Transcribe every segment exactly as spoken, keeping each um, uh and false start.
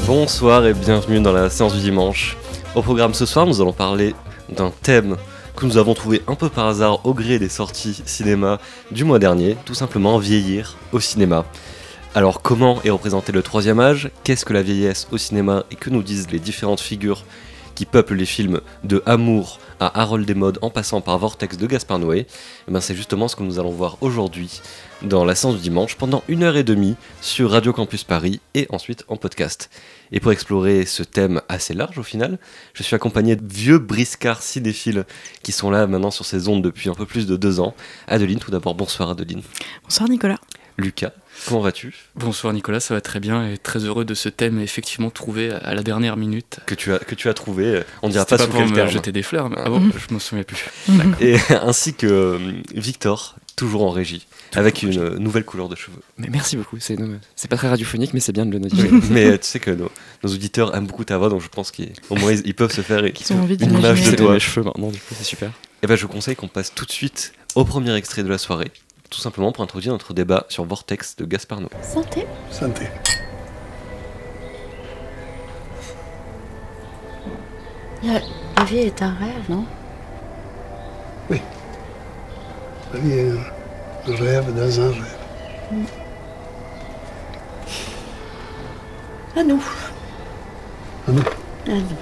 Bonsoir et bienvenue dans la séance du dimanche. Au programme ce soir, nous allons parler d'un thème que nous avons trouvé un peu par hasard au gré des sorties cinéma du mois dernier, tout simplement vieillir au cinéma. Alors comment est représenté le troisième âge ? Qu'est-ce que la vieillesse au cinéma et que nous disent les différentes figures qui peuplent les films de Amour à Harold des Modes en passant par Vortex de Gaspard Noé ? Et ben c'est justement ce que nous allons voir aujourd'hui dans la séance du dimanche pendant une heure et demie sur Radio Campus Paris et ensuite en podcast. Et pour explorer ce thème assez large au final, je suis accompagné de vieux briscards cinéphiles qui sont là maintenant sur ces ondes depuis un peu plus de deux ans. Adeline, tout d'abord, bonsoir Adeline. Bonsoir Nicolas. Lucas, comment vas-tu ? Bonsoir Nicolas, ça va très bien et très heureux de ce thème effectivement trouvé à la dernière minute. Que tu as, que tu as trouvé, on ne dira C'était pas, pas sous quel pour terme. me jeter des fleurs, mais ah bon, je m'en souviens plus. Et ainsi que euh, Victor, toujours en régie, Tout avec une régie. euh, nouvelle couleur de cheveux. Mais merci beaucoup, c'est, c'est pas très radiophonique, mais c'est bien de le noter. Oui, mais euh, tu sais que nos, nos auditeurs aiment beaucoup ta voix, donc je pense qu'au moins ils, ils peuvent se faire Ils ont envie une image d'imaginer. de C'est toi. mes cheveux maintenant, du coup, c'est super. Et ben je conseille qu'on passe tout de suite au premier extrait de la soirée, tout simplement pour introduire notre débat sur Vortex de Gaspard Noé. Santé. Santé. La, la vie est un rêve, non? La vie est un rêve dans un rêve. À nous. À nous. À nous.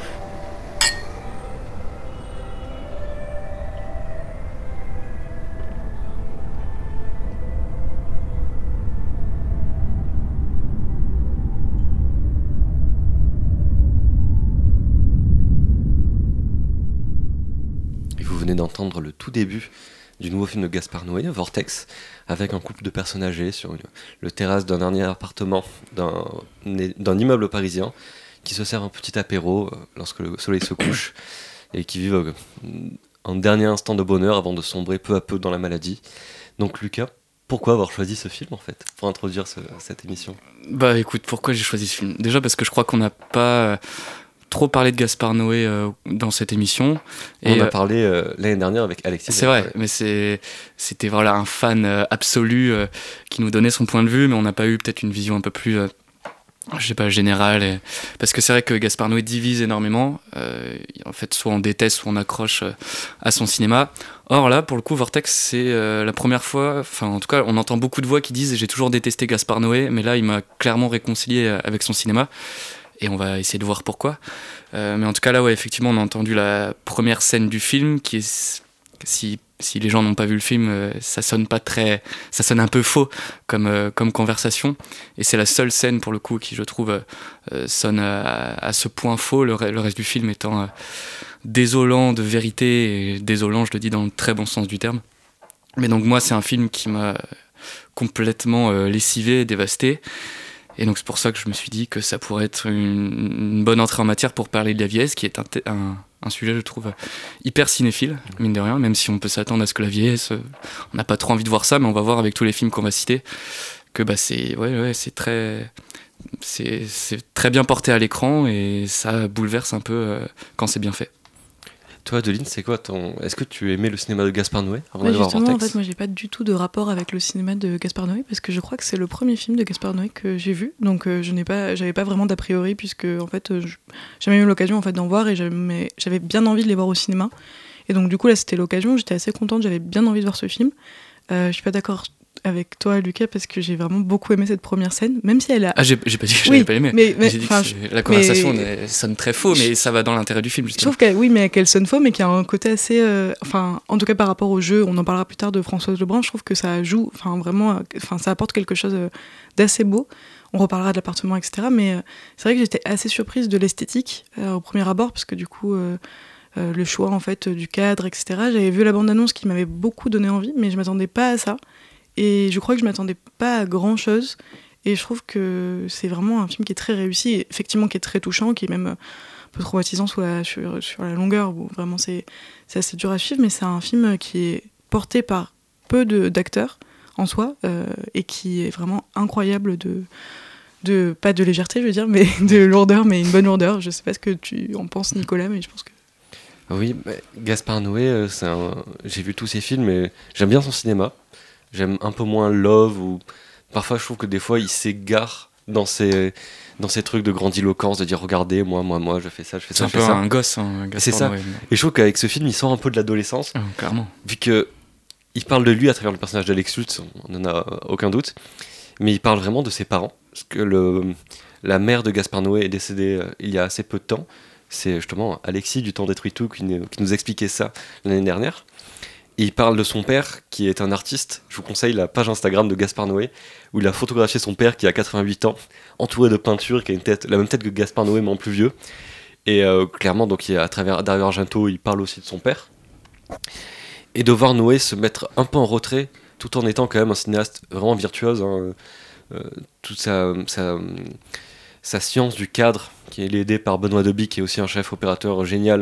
Et vous venez d'entendre le tout début du nouveau film de Gaspard Noé, Vortex, avec un couple de personnes âgées sur une, le terrasse d'un dernier appartement d'un, d'un immeuble parisien qui se servent un petit apéro euh, lorsque le soleil se couche et qui vivent euh, un dernier instant de bonheur avant de sombrer peu à peu dans la maladie. Donc Lucas, pourquoi avoir choisi ce film en fait pour introduire ce, cette émission ? Bah écoute, pourquoi j'ai choisi ce film ? Déjà parce que je crois qu'on n'a pas euh, trop parlé de Gaspard Noé euh, dans cette émission. On Et, a euh, parlé euh, l'année dernière avec Alexis. C'est vrai, mais c'est, c'était voilà, un fan euh, absolu euh, qui nous donnait son point de vue, mais on n'a pas eu peut-être une vision un peu plus, euh, je sais pas, générale. Et... Parce que c'est vrai que Gaspard Noé divise énormément. Euh, en fait, soit on déteste, soit on accroche euh, à son cinéma. Or là, pour le coup, Vortex, c'est euh, la première fois, enfin en tout cas, on entend beaucoup de voix qui disent « j'ai toujours détesté Gaspard Noé », mais là, il m'a clairement réconcilié avec son cinéma. Et on va essayer de voir pourquoi. Euh, mais en tout cas, là, ouais, effectivement, on a entendu la première scène du film, qui est, si, si les gens n'ont pas vu le film, euh, ça sonne pas très, ça sonne un peu faux comme, euh, comme conversation. Et c'est la seule scène, pour le coup, qui, je trouve, euh, sonne à, à ce point faux, le, le reste du film étant euh, désolant de vérité, et désolant, je le dis dans le très bon sens du terme. Mais donc, moi, c'est un film qui m'a complètement euh, lessivé, dévasté. Et donc c'est pour ça que je me suis dit que ça pourrait être une, une bonne entrée en matière pour parler de la vieillesse, qui est un, un, un sujet, je trouve, hyper cinéphile, mine de rien, même si on peut s'attendre à ce que la vieillesse, euh, on n'a pas trop envie de voir ça, mais on va voir avec tous les films qu'on va citer que bah, c'est, ouais, ouais, c'est, très, c'est, c'est très bien porté à l'écran et ça bouleverse un peu euh, quand c'est bien fait. Toi, Adeline, c'est quoi ton... Est-ce que tu aimais le cinéma de Gaspard Noé avant Ouais, d'aller voir justement, en Vortex ? fait, moi, j'ai pas du tout de rapport avec le cinéma de Gaspard Noé parce que je crois que c'est le premier film de Gaspard Noé que j'ai vu. Donc, euh, je n'ai pas, j'avais pas vraiment d'a priori puisque, en fait, euh, je, j'ai jamais eu l'occasion en fait d'en voir et j'avais, j'avais bien envie de les voir au cinéma. Et donc, du coup, là, c'était l'occasion. J'étais assez contente. J'avais bien envie de voir ce film. Euh, je suis pas d'accord avec toi, Lucas, parce que j'ai vraiment beaucoup aimé cette première scène, même si elle a. Ah, j'ai, j'ai pas dit que Oui, j'avais pas aimé. mais- mais, j'ai dit enfin, que c'est- la conversation mais- elle sonne très faux, mais ça va dans l'intérêt du film, Je justement. trouve qu'elle, oui, mais qu'elle sonne faux, mais qu'il y a un côté assez, euh, enfin, en tout cas par rapport au jeu, on en parlera plus tard de Françoise Lebrun. Je trouve que ça joue, enfin vraiment, euh, enfin ça apporte quelque chose euh, d'assez beau. On reparlera de l'appartement, et cetera. Mais euh, c'est vrai que j'étais assez surprise de l'esthétique euh, au premier abord, parce que du coup, euh, euh, le choix en fait du cadre, et cetera. J'avais vu la bande-annonce qui m'avait beaucoup donné envie, mais je m'attendais pas à ça. Et je crois que je m'attendais pas à grand chose. Et je trouve que c'est vraiment un film qui est très réussi, et effectivement qui est très touchant, qui est même un peu traumatisant sur la, sur, sur la longueur, où vraiment c'est, c'est assez dur à suivre, mais c'est un film qui est porté par peu de, d'acteurs en soi, euh, et qui est vraiment incroyable de, de, pas de légèreté je veux dire, mais de lourdeur, mais une bonne lourdeur. Je sais pas ce que tu en penses Nicolas, mais je pense que... Oui, mais Gaspard Noé, euh, c'est un... j'ai vu tous ses films et j'aime bien son cinéma. J'aime un peu moins Love, ou parfois je trouve que des fois il s'égare dans ces, dans ces trucs de grandiloquence, de dire regardez, moi, moi, moi, je fais ça, je fais C'est ça, un je fais peu ça. un gosse, hein, Gaspard C'est ça. Noé. Et je trouve qu'avec ce film, il sort un peu de l'adolescence, Ah, clairement. vu que il parle de lui à travers le personnage d'Alex Lutz, on n'en a aucun doute, mais il parle vraiment de ses parents, parce que le, la mère de Gaspard Noé est décédée euh, il y a assez peu de temps. C'est justement Alexis du Temps détruit tout qui, nous- qui nous expliquait ça l'année dernière. Et il parle de son père qui est un artiste. Je vous conseille la page Instagram de Gaspard Noé où il a photographié son père qui a quatre-vingt-huit ans, entouré de peinture, qui a une tête, la même tête que Gaspard Noé mais en plus vieux. Et euh, clairement, donc, il, à travers Dario Argento, il parle aussi de son père. Et de voir Noé se mettre un peu en retrait tout en étant quand même un cinéaste vraiment virtuose. Hein, euh, toute sa, sa, sa science du cadre, qui est aidée par Benoît Deby, qui est aussi un chef opérateur génial.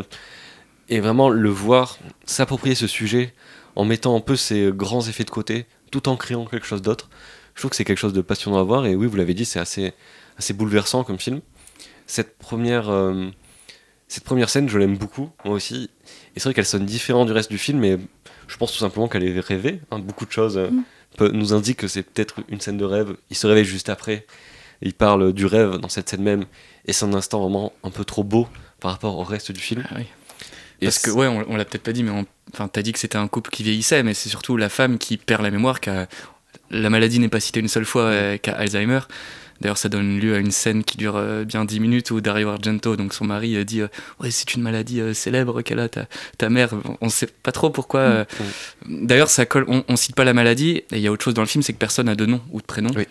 Et vraiment le voir s'approprier ce sujet en mettant un peu ses grands effets de côté, tout en créant quelque chose d'autre. Je trouve que c'est quelque chose de passionnant à voir. Et oui, vous l'avez dit, c'est assez, assez bouleversant comme film. Cette première, euh, cette première scène, je l'aime beaucoup, moi aussi. Et c'est vrai qu'elle sonne différente du reste du film, mais je pense tout simplement qu'elle est rêvée. Hein. Beaucoup de choses euh, Mm. peut- nous indiquent que c'est peut-être une scène de rêve. Il se réveille juste après. Et il parle du rêve dans cette scène même. Et c'est un instant vraiment un peu trop beau par rapport au reste du film. Ah oui. Et Parce que, c'est- ouais, on, on l'a peut-être pas dit, mais on- enfin, t'as dit que c'était un couple qui vieillissait, mais c'est surtout la femme qui perd la mémoire, qui a- la maladie n'est pas citée une seule fois, euh, qui a Alzheimer. D'ailleurs, ça donne lieu à une scène qui dure euh, bien dix minutes où Dario Argento, donc son mari, euh, dit euh, ouais, c'est une maladie euh, célèbre qu'elle a, ta, ta mère. On sait pas trop pourquoi. euh. D'ailleurs, ça colle. On, on cite pas la maladie, et il y a autre chose dans le film, c'est que personne n'a de nom ou de prénom. Oui.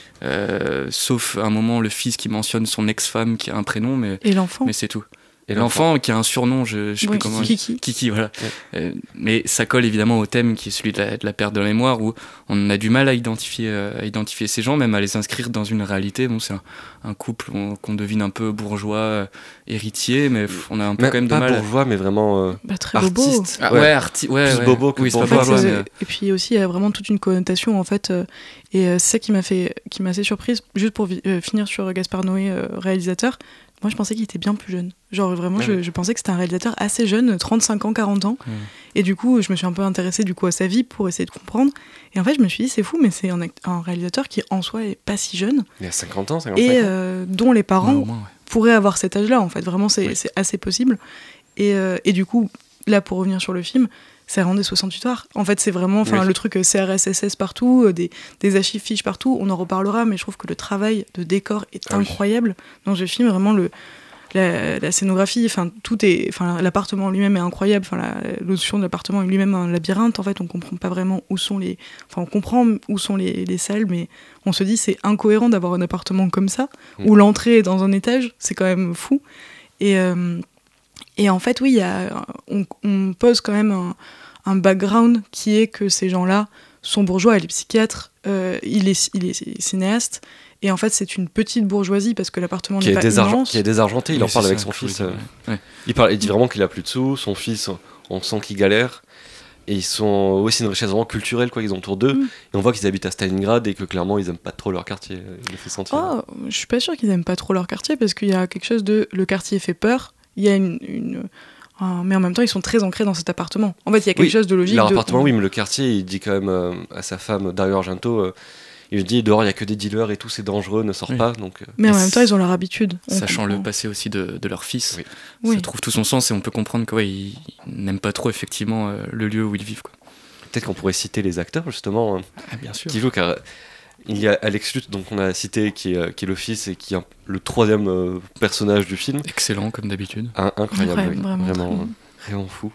Euh, sauf à un moment, le fils qui mentionne son ex-femme qui a un prénom, mais, Et l'enfant. mais c'est tout. Et L'enfant qui a un surnom, je, je sais Oui, plus comment. Kiki. Kiki, voilà. Ouais. Euh, mais ça colle évidemment au thème qui est celui de la, de la perte de la mémoire, où on a du mal à identifier, euh, à identifier ces gens, même à les inscrire dans une réalité. Bon, c'est un, un couple on- qu'on devine un peu bourgeois, euh, héritier, mais pff, on a un peu Même quand même de pas mal. à- bourgeois, mais vraiment euh, Bah, très bobo. artiste. Ah, Ouais. ouais, arti- ouais, Plus ouais. bobo que oui, c'est En pas bourgeois. fait, bourgeois, c'est- mais, et puis aussi, il y a vraiment toute une connotation en fait, euh, et euh, c'est ça qui m'a fait, qui m'a assez surprise. Juste pour vi- euh, finir sur Gaspard Noé, euh, réalisateur. Moi, je pensais qu'il était bien plus jeune. Genre vraiment, Ouais. je, je pensais que c'était un réalisateur assez jeune, trente-cinq ans, quarante ans. Mm. Et du coup, je me suis un peu intéressée du coup à sa vie pour essayer de comprendre. Et en fait, je me suis dit, c'est fou, mais c'est un, act- un réalisateur qui en soi est pas si jeune Il y a cinquante ans, cinquante-cinq et ans. euh, dont les ouais, parents au moins, ouais. pourraient avoir cet âge-là. En fait, vraiment, c'est Oui. c'est assez possible. Et, euh, et du coup, là, pour revenir sur le film, c'est vraiment des soixante-huit heures. En fait, c'est vraiment enfin, Oui. le truc euh, C R S S S partout, euh, des, des archives fiches partout. On en reparlera, mais je trouve que le travail de décor est Ah oui. incroyable dans ce film. Vraiment, le, la, la scénographie, enfin, tout est, enfin, l'appartement lui-même est incroyable. Enfin, la notion de l'appartement est lui-même un labyrinthe. En fait, on comprend pas vraiment où sont les, enfin, on comprend où sont les, les salles, mais on se dit c'est incohérent d'avoir un appartement comme ça Mm. où l'entrée est dans un étage. C'est quand même fou. Et euh, et en fait, oui, il y a, on, on pose quand même un, un background qui est que ces gens-là sont bourgeois, elle est psychiatre, euh, il, est, il est cinéaste, et en fait, c'est une petite bourgeoisie parce que l'appartement Qui n'est est, pas désargent- immense. qui est désargenté, il Oui, en parle c'est avec ça son que je voulais fils. dire, euh, ouais. Il, parle, il dit vraiment qu'il a plus de sous, son fils, on sent qu'il galère. Et ils sont aussi une richesse vraiment culturelle quoi, qu'ils ont autour d'eux. Mm. Et on voit qu'ils habitent à Stalingrad et que clairement ils aiment pas trop leur quartier. Il le fait sentir. Oh, je suis pas sûre qu'ils aiment pas trop leur quartier parce qu'il y a quelque chose de le quartier fait peur. Il y a une, une- un- mais en même temps ils sont très ancrés dans cet appartement. En fait, il y a quelque Oui, chose de logique. Leur de- appartement, oui, mais le quartier, il dit quand même euh, à sa femme, Dario Argento, euh, il lui dit dehors il y a que des dealers et tout, c'est dangereux, ne sors Oui. pas. Donc, euh, Mais en Et même temps, ils ont leur habitude. On Sachant le comprend. passé aussi de, de leur fils, Oui. ça Oui. trouve tout son sens et on peut comprendre qu'ils ouais, ils n'aiment pas trop effectivement euh, le lieu où ils vivent. Quoi. peut-être qu'on pourrait citer les acteurs justement euh, Ah, bien sûr. qui jouent, car il y a Alex Lutz, donc on a cité, qui est, euh, qui est le fils et qui est un- le troisième euh, personnage du film. Excellent comme d'habitude. Un- incroyable, Incroyable, oui. vraiment, vraiment, très bon. euh, vraiment fou.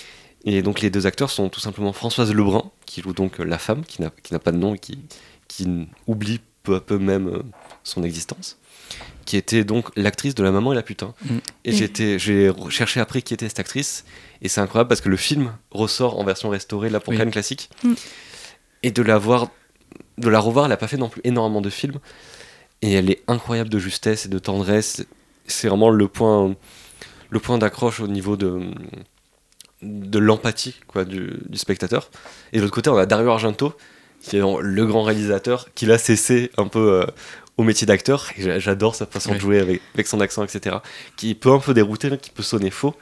Et donc les deux acteurs sont tout simplement Françoise Lebrun, qui joue donc euh, la femme, qui n'a, qui n'a pas de nom et qui, qui n- oublie peu à peu même euh, son existence, qui était donc l'actrice de La Maman et la Putain. Mm. Et Et- j'ai, été- j'ai recherché après qui était cette actrice, et c'est incroyable parce que le film ressort en version restaurée là pour Oui. Cannes Classique, Mm. et de la voir, de la revoir, elle n'a pas fait non plus énormément de films, et elle est incroyable de justesse et de tendresse. C'est vraiment le point, le point d'accroche au niveau de, de l'empathie quoi, du, du spectateur. Et de l'autre côté, on a Dario Argento, qui est le grand réalisateur, qui l'a cessé un peu euh, au métier d'acteur. Et j'a- j'adore sa façon Oui. de jouer avec, avec son accent, et cetera. Qui peut un peu dérouter, là, qui peut sonner faux.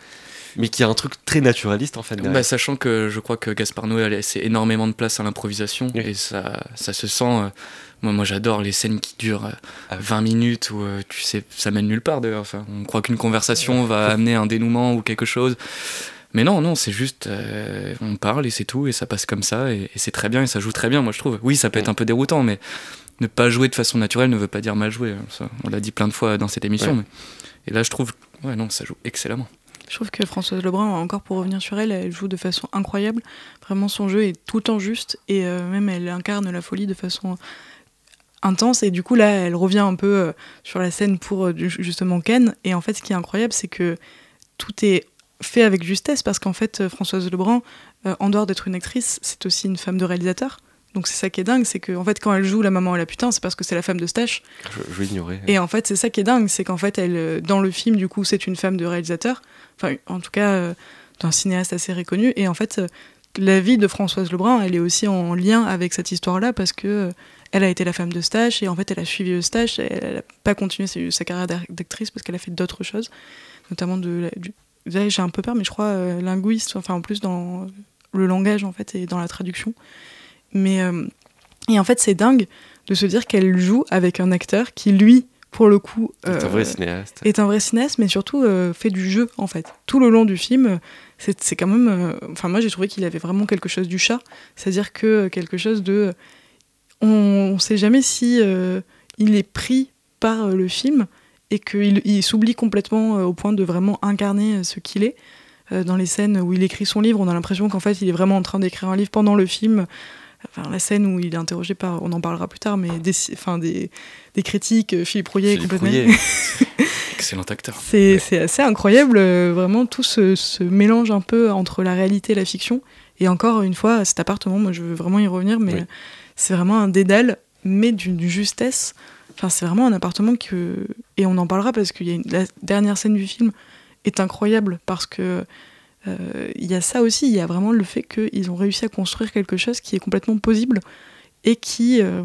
mais qui a un truc très naturaliste en fait derrière. Bah, sachant que je crois que Gaspard Noé a laissé énormément de place à l'improvisation, Oui. et ça, ça se sent. euh, moi, moi, j'adore les scènes qui durent euh, Ah oui. vingt minutes où euh, tu sais, ça mène nulle part d'ailleurs. Enfin, on croit qu'une conversation va amener un dénouement ou quelque chose. Mais non, non, c'est juste, euh, on parle et c'est tout, et ça passe comme ça, et, et c'est très bien, et ça joue très bien, moi je trouve. Oui, ça peut être un peu déroutant, mais ne pas jouer de façon naturelle ne veut pas dire mal jouer. Ça, on l'a dit plein de fois dans cette émission. Ouais. Mais... Et là, je trouve, ouais, non, ça joue excellemment. Je trouve que Françoise Lebrun, encore pour revenir sur elle, elle joue de façon incroyable. Vraiment, son jeu est tout le temps juste, et euh, même elle incarne la folie de façon intense. Et du coup, là, elle revient un peu euh, sur la scène pour euh, justement Ken. Et en fait, ce qui est incroyable, c'est que tout est fait avec justesse, parce qu'en fait, Françoise Lebrun, euh, en dehors d'être une actrice, c'est aussi une femme de réalisateur. Donc c'est ça qui est dingue, c'est que en fait, quand elle joue la maman et la putain, c'est parce que c'est la femme de Stache. Je, je l'ignorais. Et en fait, c'est ça qui est dingue, c'est qu'en fait, elle, dans le film, du coup, c'est une femme de réalisateur, enfin, en tout cas, euh, d'un cinéaste assez reconnu. Et en fait, euh, la vie de Françoise Lebrun, elle est aussi en lien avec cette histoire-là, parce que euh, elle a été la femme de Stache, et en fait, elle a suivi le Stache, elle n'a pas continué sa, sa carrière d'actrice, parce qu'elle a fait d'autres choses, notamment de... la- du, là, j'ai un peu peur, mais je crois euh, linguiste, enfin, en plus, dans le langage, en fait, et dans la traduction. Mais... Euh, et en fait, c'est dingue de se dire qu'elle joue avec un acteur qui, lui, pour le coup, C'est un euh, vrai cinéaste. est un vrai cinéaste, mais surtout euh, fait du jeu, en fait. Tout le long du film, c'est, c'est quand même... euh, Enfin, moi, j'ai trouvé qu'il avait vraiment quelque chose du chat. C'est-à-dire que euh, quelque chose de... On ne sait jamais si euh, il est pris par euh, le film et qu'il il s'oublie complètement euh, au point de vraiment incarner euh, ce qu'il est. Euh, dans les scènes où il écrit son livre, on a l'impression qu'en fait, il est vraiment en train d'écrire un livre pendant le film. Enfin, la scène où il est interrogé par, on en parlera plus tard, mais des, enfin, des, des critiques, euh, Philippe Rouillet Philippe complètement. Rouillet. Excellent acteur. C'est, Ouais. c'est assez incroyable, euh, vraiment tout ce, ce mélange un peu entre la réalité et la fiction. Et encore une fois, cet appartement, moi je veux vraiment y revenir, mais Oui. c'est vraiment un dédale, mais d'une justesse. Enfin, c'est vraiment un appartement que... Et on en parlera parce que y a une... la dernière scène du film est incroyable, parce que euh, il y a ça aussi, il y a vraiment le fait qu'ils ont réussi à construire quelque chose qui est complètement possible et qui euh,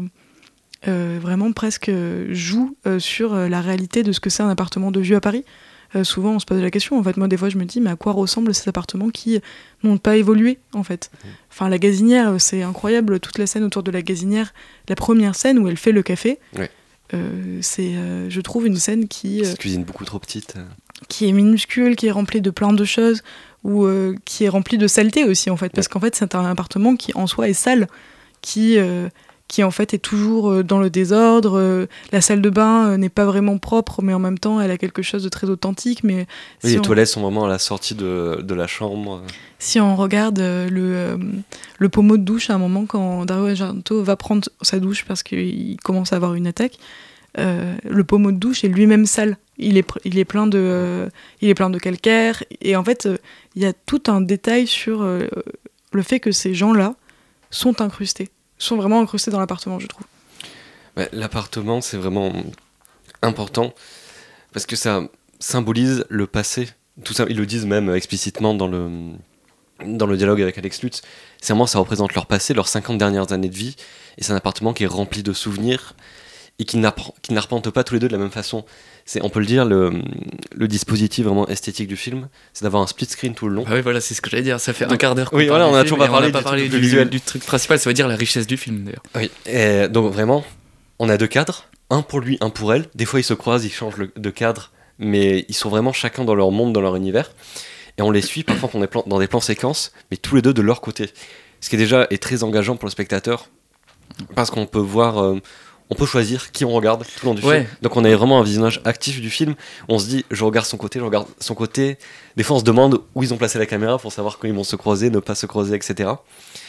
euh, vraiment presque joue euh, sur euh, la réalité de ce que c'est un appartement de vieux à Paris. Euh, souvent on se pose la question, en fait moi des fois je me dis mais à quoi ressemblent ces appartements qui n'ont pas évolué en fait. Enfin la gazinière, c'est incroyable, toute la scène autour de la gazinière, la première scène où elle fait le café, Ouais. euh, c'est euh, je trouve une scène qui, euh, Cette cuisine beaucoup trop petite. qui est minuscule, qui est remplie de plein de choses, ou euh, qui est remplie de saleté aussi en fait, parce Ouais. qu'en fait c'est un appartement qui en soi est sale, qui, euh, qui en fait est toujours euh, dans le désordre, euh, la salle de bain euh, n'est pas vraiment propre, mais en même temps elle a quelque chose de très authentique, mais Oui, si, les on, toilettes sont vraiment à la sortie de, de la chambre. si on regarde euh, le, euh, le pommeau de douche à un moment quand Dario Argento va prendre sa douche parce qu'il commence à avoir une attaque, euh, le pommeau de douche est lui-même sale. Il est, pr- il est plein de, euh, il est plein de calcaire. Et en fait, euh, il y a tout un détail sur euh, le fait que ces gens-là sont incrustés. Sont vraiment incrustés dans l'appartement, je trouve. Ouais, l'appartement, c'est vraiment important parce que ça symbolise le passé. Tout ça, ils le disent même explicitement dans le, dans le dialogue avec Alex Lutz. C'est vraiment, ça représente leur passé, leurs cinquante dernières années de vie. Et c'est un appartement qui est rempli de souvenirs et qui, qui n'arpente pas tous les deux de la même façon. C'est, on peut le dire, le, le dispositif vraiment esthétique du film, c'est d'avoir un split screen tout le long. Ah oui, voilà, c'est ce que j'allais dire. Ça fait Donc, un quart d'heure qu'on oui, parle voilà, du on a film toujours pas et parlé on n'a du pas parlé truc du, visuel. du truc principal. Ça veut dire la richesse du film, d'ailleurs. Oui, et donc vraiment, on a deux cadres, un pour lui, un pour elle. Des fois, ils se croisent, ils changent le- de cadre, mais ils sont vraiment chacun dans leur monde, dans leur univers. Et on les suit parfois qu'on est plan- dans des plans séquences, mais tous les deux de leur côté. Ce qui est déjà est très engageant pour le spectateur, parce qu'on peut voir, euh, on peut choisir qui on regarde tout le long du Ouais. film. Donc on a vraiment un visionnage actif du film. On se dit, je regarde son côté, je regarde son côté. Des fois, on se demande où ils ont placé la caméra pour savoir quand ils vont se croiser, ne pas se croiser, et cetera.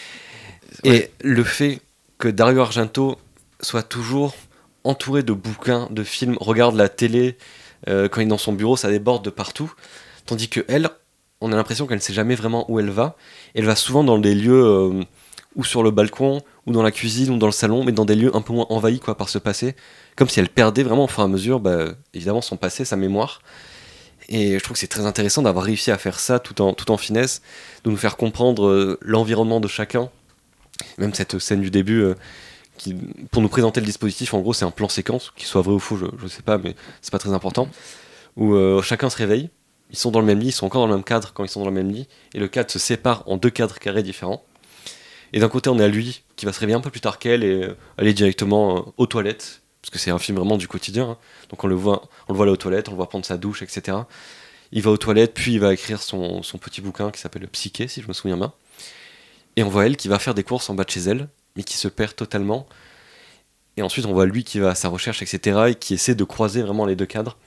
Ouais. Et le fait que Dario Argento soit toujours entouré de bouquins, de films, regarde la télé, euh, quand il est dans son bureau, ça déborde de partout. Tandis que elle, on a l'impression qu'elle ne sait jamais vraiment où elle va. Elle va souvent dans des lieux, euh, ou sur le balcon, ou dans la cuisine, ou dans le salon, mais dans des lieux un peu moins envahis quoi, par ce passé. Comme si elle perdait vraiment au fur et à mesure, bah, évidemment, son passé, sa mémoire. Et je trouve que c'est très intéressant d'avoir réussi à faire ça tout en, tout en finesse, de nous faire comprendre euh, l'environnement de chacun. Même cette scène du début, euh, qui, pour nous présenter le dispositif, en gros, c'est un plan séquence, qu'il soit vrai ou faux, je, je sais pas, mais c'est pas très important, où euh, chacun se réveille, ils sont dans le même lit, ils sont encore dans le même cadre quand ils sont dans le même lit, et le cadre se sépare en deux cadres carrés différents. Et d'un côté, on a lui qui va se réveiller un peu plus tard qu'elle et euh, aller directement euh, aux toilettes, parce que c'est un film vraiment du quotidien. Hein. Donc on le voit, on le voit aller aux toilettes, on le voit prendre sa douche, et cetera. Il va aux toilettes, puis il va écrire son, son petit bouquin qui s'appelle Psyché, si je me souviens bien. Et on voit elle qui va faire des courses en bas de chez elle, mais qui se perd totalement. Et ensuite, on voit lui qui va à sa recherche, et cetera, et qui essaie de croiser vraiment les deux cadres.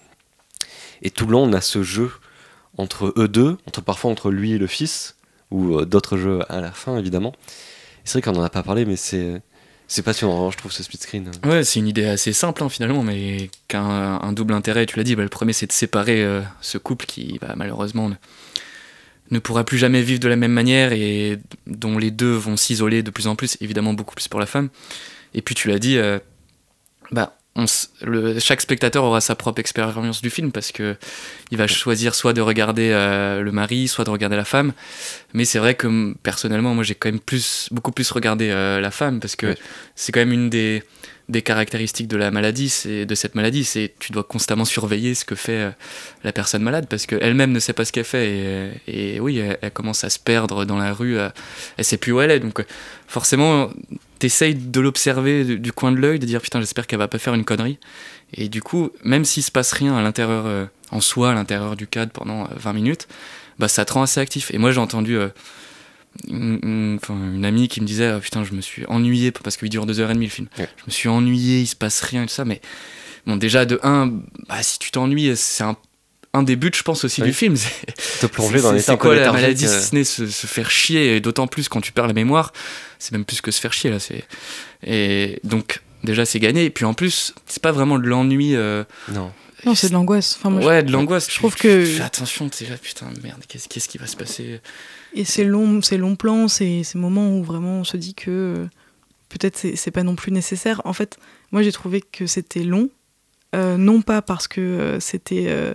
Et tout le long, on a ce jeu entre eux deux, entre, parfois entre lui et le fils, ou euh, d'autres jeux à la fin, évidemment. Et c'est vrai qu'on n'en a pas parlé, mais c'est, c'est passionnant, hein, je trouve, ce split screen. Ouais, c'est une idée assez simple, hein, finalement, mais qu'un un double intérêt, tu l'as dit. Bah, le premier, c'est de séparer euh, ce couple qui, bah, malheureusement, ne, ne pourra plus jamais vivre de la même manière et dont les deux vont s'isoler de plus en plus, évidemment beaucoup plus pour la femme. Et puis, tu l'as dit... Euh, bah, on s- le, chaque spectateur aura sa propre expérience du film parce que il va choisir soit de regarder euh, le mari, soit de regarder la femme. Mais c'est vrai que personnellement, moi j'ai quand même plus, beaucoup plus regardé euh, la femme parce que Ouais. c'est quand même une des, des caractéristiques de la maladie, c'est, de cette maladie, c'est tu dois constamment surveiller ce que fait euh, la personne malade parce qu'elle-même ne sait pas ce qu'elle fait et, et oui, elle, elle commence à se perdre dans la rue, elle, elle sait plus où elle est. Donc euh, forcément, t'essayes de l'observer du, du coin de l'œil, de dire putain, j'espère qu'elle va pas faire une connerie. Et du coup, même s'il se passe rien à l'intérieur, euh, en soi, à l'intérieur du cadre pendant euh, vingt minutes, bah ça te rend assez actif. Et moi, j'ai entendu euh, une, une, enfin, une amie qui me disait oh, putain, je me suis ennuyé parce qu'il dure deux heures et demie le film. Ouais. Je me suis ennuyé, il se passe rien et tout ça. Mais bon, déjà de un, bah, si tu t'ennuies, c'est un un des buts, je pense, aussi Oui. du film. C'est, Te plonger dans c'est, un c'est état un peu quoi la léthargique, maladie, euh. si ce n'est se, se faire chier, et d'autant plus quand tu perds la mémoire, c'est même plus que se faire chier là. C'est... Et donc déjà c'est gagné. Et puis en plus, c'est pas vraiment de l'ennui. Euh... Non. Non, c'est de l'angoisse. Enfin, moi, je- Ouais, de l'angoisse. je Tu- trouve tu- que- tu fais attention, t'es là, putain, merde, qu'est-ce, qu'est-ce qui va se passer? Et ces longs, ces longs plans, ces, ces moments où vraiment on se dit que euh, peut-être c'est, c'est pas non plus nécessaire. En fait, moi j'ai trouvé que c'était long, euh, non pas parce que euh, c'était, euh,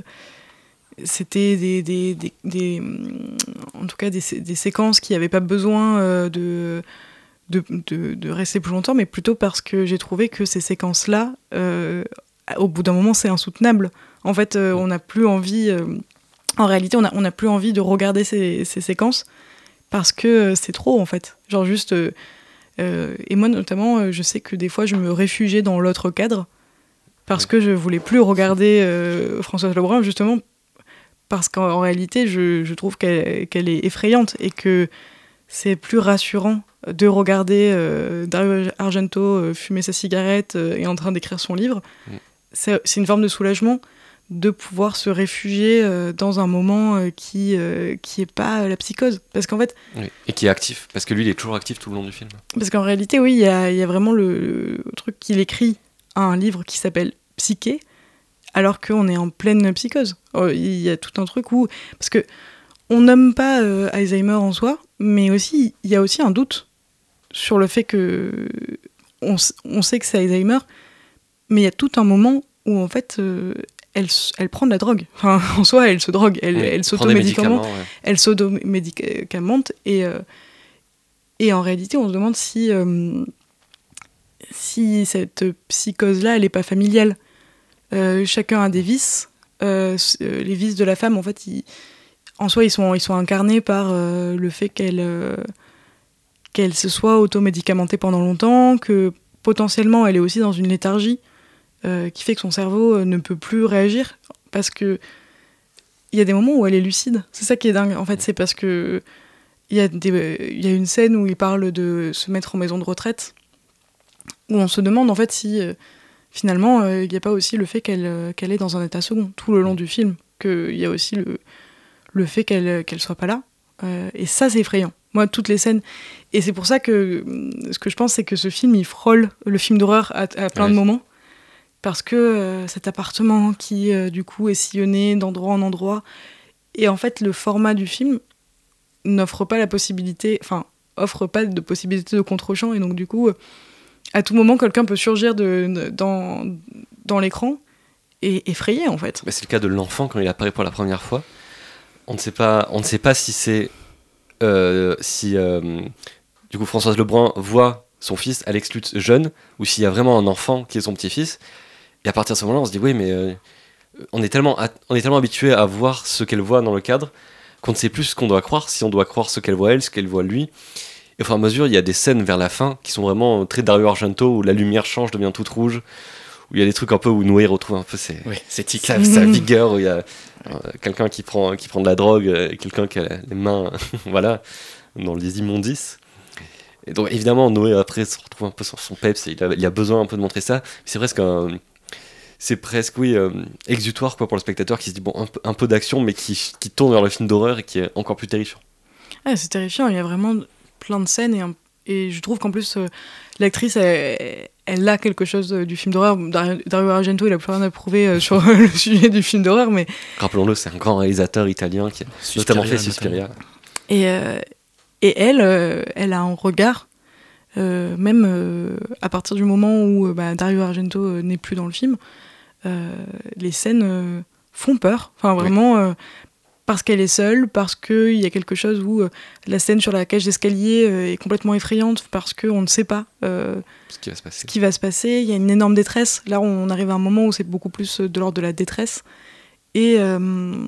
c'était des, des, des, des, hum, en tout cas des, sé- des séquences qui n'avaient pas besoin euh, de, de, de, de rester plus longtemps, mais plutôt parce que j'ai trouvé que ces séquences-là, euh, au bout d'un moment, c'est insoutenable. En fait, euh, on n'a plus envie. euh, En réalité, on n'a on a plus envie de regarder ces, ces séquences parce que euh, c'est trop, en fait. Genre juste... euh, euh, et moi, notamment, euh, je sais que des fois, je me réfugiais dans l'autre cadre parce Oui. que je voulais plus regarder euh, Françoise Lebrun, justement, parce qu'en en réalité, je, je trouve qu'elle, qu'elle est effrayante et que c'est plus rassurant de regarder euh, Dario Argento euh, fumer sa cigarette euh, et en train d'écrire son livre. Mm. C'est, c'est une forme de soulagement de pouvoir se réfugier euh, dans un moment euh, qui euh, qui est pas euh, la psychose, parce qu'en fait, Oui. Et qui est actif, parce que lui, il est toujours actif tout le long du film. parce qu'en réalité, oui, il y a, il y a vraiment le, le truc qu'il écrit à un livre qui s'appelle Psyché, alors qu'on est en pleine psychose. Euh, Il y a tout un truc où, parce que on nomme pas euh, Alzheimer en soi, mais aussi il y a aussi un doute sur le fait que on, s- on sait que c'est Alzheimer, mais il y a tout un moment où en fait euh, elle, s- elle prend de la drogue. Enfin, en soi, elle se drogue, elle, Oui. elle Prends des s'automédicamente, médicaments, ouais. elle s'automédicamente et euh, et en réalité, on se demande si euh, si cette psychose-là, elle est pas familiale. Euh, chacun a des vices. Euh, s- euh, les vices de la femme, en fait, ils, en soi, ils sont, ils sont incarnés par euh, le fait qu'elle, euh, qu'elle se soit automédicamentée pendant longtemps, que potentiellement, elle est aussi dans une léthargie euh, qui fait que son cerveau euh, ne peut plus réagir parce que il y a des moments où elle est lucide. C'est ça qui est dingue. En fait, c'est parce que il y a des, il y a une scène où il parle de se mettre en maison de retraite, où on se demande en fait si euh, finalement euh, il n'y a pas aussi le fait qu'elle, euh, qu'elle est dans un état second tout le long du film, qu'il y a aussi le, le fait qu'elle qu'elle soit pas là. Euh, et ça, c'est effrayant. Moi, toutes les scènes. Et c'est pour ça que hum, ce que je pense, c'est que ce film, il frôle le film d'horreur à, à plein Ouais. de moments. Parce que euh, cet appartement qui, euh, du coup, est sillonné d'endroit en endroit. Et en fait, le format du film n'offre pas la possibilité. Enfin, offre pas de possibilité de contre-champ. Et donc, du coup, euh, à tout moment, quelqu'un peut surgir de, de- dans, dans l'écran et effrayer, en fait. Bah, c'est le cas de l'enfant quand il apparaît pour la première fois. On ne sait pas, on ne sait pas si c'est euh, si euh, du coup Françoise Lebrun voit son fils Alex Lutz jeune ou s'il y a vraiment un enfant qui est son petit-fils. Et à partir de ce moment-là, on se dit oui, mais euh, on est tellement, at- on est tellement habitué à voir ce qu'elle voit dans le cadre qu'on ne sait plus ce qu'on doit croire, si on doit croire ce qu'elle voit elle, ce qu'elle voit lui. Et au fur et à mesure, il y a des scènes vers la fin qui sont vraiment très Dario Argento, où la lumière change, devient toute rouge, où il y a des trucs un peu où Noé retrouve un peu ses, Oui, c'est tic. sa, sa vigueur, où il y a euh, quelqu'un qui prend, qui prend de la drogue, euh, et quelqu'un qui a les mains voilà, dans les immondices. Et donc évidemment, Noé après se retrouve un peu sur son peps, et il a, il a besoin un peu de montrer ça. C'est presque un... C'est presque, oui, euh, exutoire quoi, pour le spectateur qui se dit, bon, un peu, un peu d'action, mais qui, qui tourne vers le film d'horreur et qui est encore plus terrifiant. Ouais, c'est terrifiant, il y a vraiment plein de scènes et, un- et je trouve qu'en plus euh, l'actrice elle, elle a quelque chose euh, du film d'horreur. Dario Dario Argento il a plus rien à prouver euh, sur le sujet du film d'horreur, mais Rappelons-le, c'est un grand réalisateur italien qui a notamment fait Suspiria. et, euh, et elle, euh, elle a un regard euh, même euh, à partir du moment où euh, bah, Dario Argento euh, n'est plus dans le film, euh, les scènes euh, font peur, enfin vraiment euh, parce qu'elle est seule, parce qu'il y a quelque chose où euh, la scène sur la cage d'escalier euh, est complètement effrayante, parce qu'on ne sait pas euh, Ce qui va se passer. ce qui va se passer. Il y a une énorme détresse. Là, on arrive à un moment où c'est beaucoup plus de l'ordre de la détresse. Et, euh,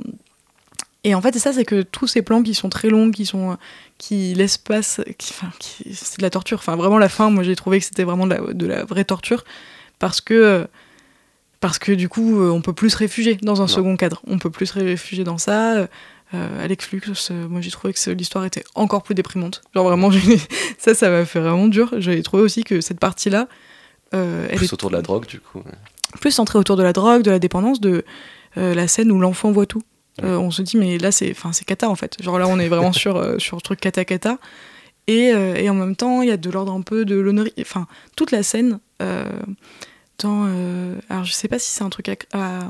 et en fait, c'est ça, c'est que tous ces plans qui sont très longs, qui, sont, qui laissent passer... Qui, enfin, qui, c'est de la torture. Enfin, vraiment, la fin, moi, j'ai trouvé que c'était vraiment de la, de la vraie torture, parce que... Parce que du coup, euh, on peut plus se réfugier dans un non. second cadre. On peut plus se réfugier dans ça. Euh, Alex Lux, euh, moi j'ai trouvé que l'histoire était encore plus déprimante. Genre vraiment, ça, ça m'a fait vraiment dur. J'ai trouvé aussi que cette partie-là... Euh, elle plus est autour de la drogue, du coup. Plus centrée autour de la drogue, de la dépendance, de euh, la scène où l'enfant voit tout. Euh, on se dit, mais là, c'est, c'est cata, en fait. Genre là, on est vraiment sur, euh, sur le truc cata-cata. Et, euh, et en même temps, il y a de l'ordre un peu de l'honneur... Enfin, toute la scène... Euh, Dans, euh, alors je sais pas si c'est un truc à, à,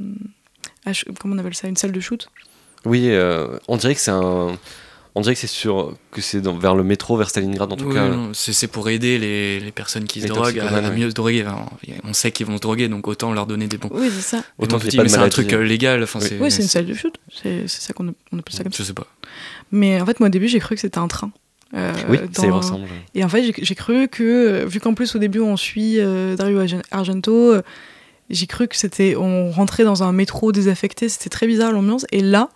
à, comment on appelle ça, une salle de shoot. Oui, euh, on dirait que c'est un, on dirait que c'est sur que c'est dans, vers le métro, vers Stalingrad en tout oui, cas. Non, c'est, c'est pour aider les, les personnes qui les se droguent à, à oui. mieux se droguer. Enfin, on sait qu'ils vont se droguer, donc autant leur donner des bons. Oui, c'est ça. Autant qu'il y ait pas de maladie. C'est un truc euh, légal. Enfin, oui, c'est, oui, c'est une salle de shoot. C'est, c'est ça qu'on on appelle ça comme je ça. Je sais pas. Mais en fait, moi au début, j'ai cru que c'était un train. Euh, oui, dans... ça y ressemble. Et en fait, j'ai, j'ai cru que, vu qu'en plus au début on suit euh, Dario Argento, euh, j'ai cru que c'était, on rentrait dans un métro désaffecté, c'était très bizarre l'ambiance. Et là,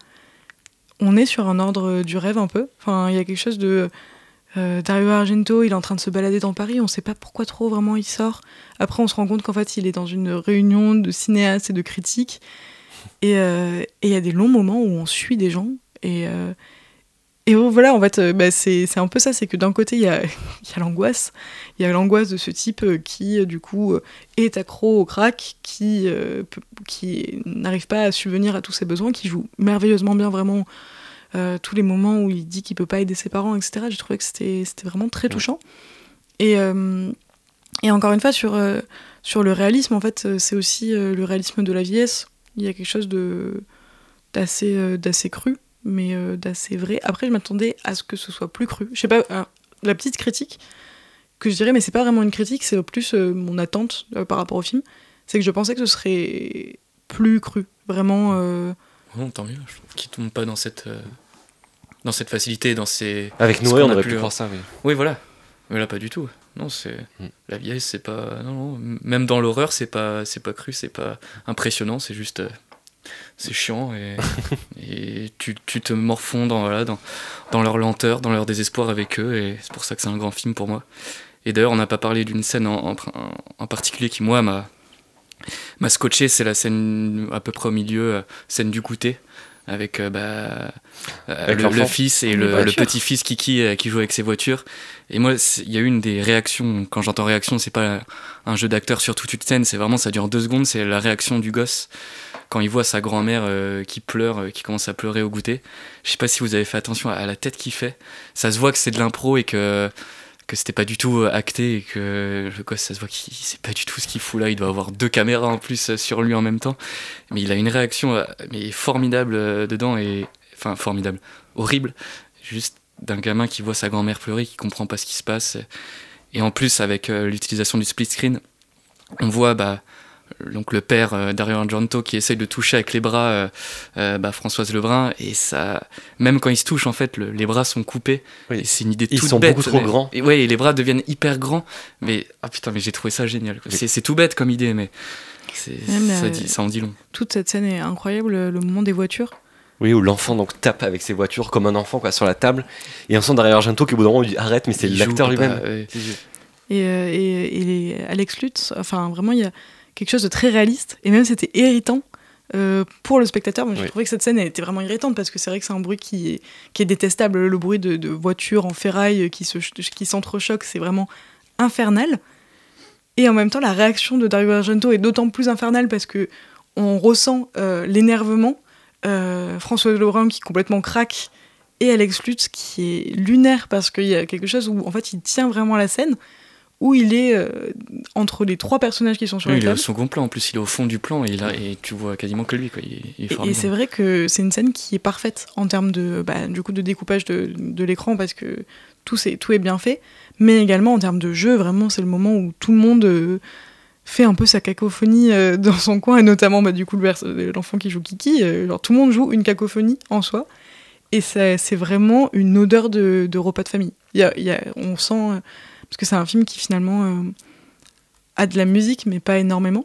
on est sur un ordre du rêve un peu. Enfin, il y a quelque chose de euh, Dario Argento, il est en train de se balader dans Paris, on sait pas pourquoi trop vraiment il sort. Après, on se rend compte qu'en fait, il est dans une réunion de cinéastes et de critiques. Et il euh, y a des longs moments où on suit des gens et euh, Et voilà, en fait, euh, bah, c'est, c'est un peu ça, c'est que d'un côté, il y a, y a l'angoisse. Il y a l'angoisse de ce type euh, qui, euh, du coup, euh, est accro au crack, qui, euh, peut, qui n'arrive pas à subvenir à tous ses besoins, qui joue merveilleusement bien, vraiment, euh, tous les moments où il dit qu'il peut pas aider ses parents, et cetera. J'ai trouvé que c'était, c'était vraiment très touchant. Et, euh, et encore une fois, sur, euh, sur le réalisme, en fait, c'est aussi euh, le réalisme de la vieillesse. Il y a quelque chose de, d'assez, euh, d'assez cru, mais euh, d'assez vrai. Après, je m'attendais à ce que ce soit plus cru. Je sais pas, euh, la petite critique que je dirais, mais c'est pas vraiment une critique, c'est plus euh, mon attente euh, par rapport au film, c'est que je pensais que ce serait plus cru, vraiment... Euh... Bon, tant mieux, je trouve qu'il tombe pas dans cette, euh, dans cette facilité, dans ces... Avec Noé, on aurait pu voir ça, oui. Oui, voilà. Mais là, pas du tout. Non, c'est... Mm. La vieille, c'est pas... Non, non. Même dans l'horreur, c'est pas, c'est pas cru, c'est pas impressionnant, c'est juste... Euh... C'est chiant et, et tu, tu te morfonds dans, voilà, dans, dans leur lenteur, dans leur désespoir avec eux, et c'est pour ça que c'est un grand film pour moi. Et d'ailleurs, on n'a pas parlé d'une scène en, en, en particulier qui, moi, m'a, m'a scotché, c'est la scène à peu près au milieu, euh, scène du goûter, avec, euh, bah, avec le, le fils et le, le petit-fils Kiki euh, qui joue avec ses voitures. Et moi, il y a eu une des réactions, quand j'entends réaction, c'est pas un jeu d'acteur sur toute une scène, c'est vraiment, ça dure deux secondes, c'est la réaction du gosse quand il voit sa grand-mère euh, qui pleure, euh, qui commence à pleurer au goûter. Je sais pas si vous avez fait attention à la tête qu'il fait. Ça se voit que c'est de l'impro et que, que c'était pas du tout acté et que le gosse, ça se voit qu'il sait pas du tout ce qu'il fout là. Il doit avoir deux caméras en plus sur lui en même temps. Mais il a une réaction euh, mais formidable euh, dedans, et enfin formidable, horrible. Juste d'un gamin qui voit sa grand-mère pleurer, qui comprend pas ce qui se passe. Et en plus, avec euh, l'utilisation du split screen, on voit... bah donc le père euh, Dario Argento qui essaye de toucher avec les bras euh, euh, bah, Françoise Lebrun, et ça, même quand il se touche, en fait, le, les bras sont coupés. Oui. Et c'est une idée toute bête. Ils sont beaucoup trop mais, grands. Et ouais, et les bras deviennent hyper grands. Mais ah putain, mais j'ai trouvé ça génial. C'est, c'est tout bête comme idée, mais C'est, Même, ça, euh, dit, ça en dit long. Toute cette scène est incroyable, le, le moment des voitures. Oui, où l'enfant donc tape avec ses voitures comme un enfant quoi, sur la table. Et on sent derrière Argento qu'au bout d'un moment, il dit arrête, mais c'est Il l'acteur joue, lui-même. pas- ouais. Et, euh, et, et les- Alex Lutz, enfin vraiment, il y a quelque chose de très réaliste. Et même, c'était irritant euh, pour le spectateur. Moi, j'ai Oui. trouvé que cette scène elle était vraiment irritante parce que c'est vrai que c'est un bruit qui est, qui est détestable. Le bruit de, de voitures en ferraille qui, se, qui s'entrechoquent, c'est vraiment infernal. Et en même temps, la réaction de Dario Argento est d'autant plus infernale parce que on ressent euh, l'énervement. Euh, François Lebrun qui complètement craque et Alex Lutz qui est lunaire parce qu'il y a quelque chose où en fait il tient vraiment la scène, où il est euh, entre les trois personnages qui sont sur Oui, la il est au table. second plan, en plus il est au fond du plan et, il a, et tu vois quasiment que lui. Quoi. Il, est- il est Et, et formidable. c'est vrai que c'est une scène qui est parfaite en termes de, bah, du coup, de découpage de, de l'écran parce que tout, c'est, tout est bien fait, mais également en termes de jeu, vraiment c'est le moment où tout le monde euh, fait un peu sa cacophonie euh, dans son coin, et notamment bah, du coup le vers- l'enfant qui joue Kiki, euh, genre, tout le monde joue une cacophonie en soi, et ça, c'est vraiment une odeur de, de repas de famille. Il y a, il y a, on sent, euh, parce que c'est un film qui finalement euh, a de la musique mais pas énormément.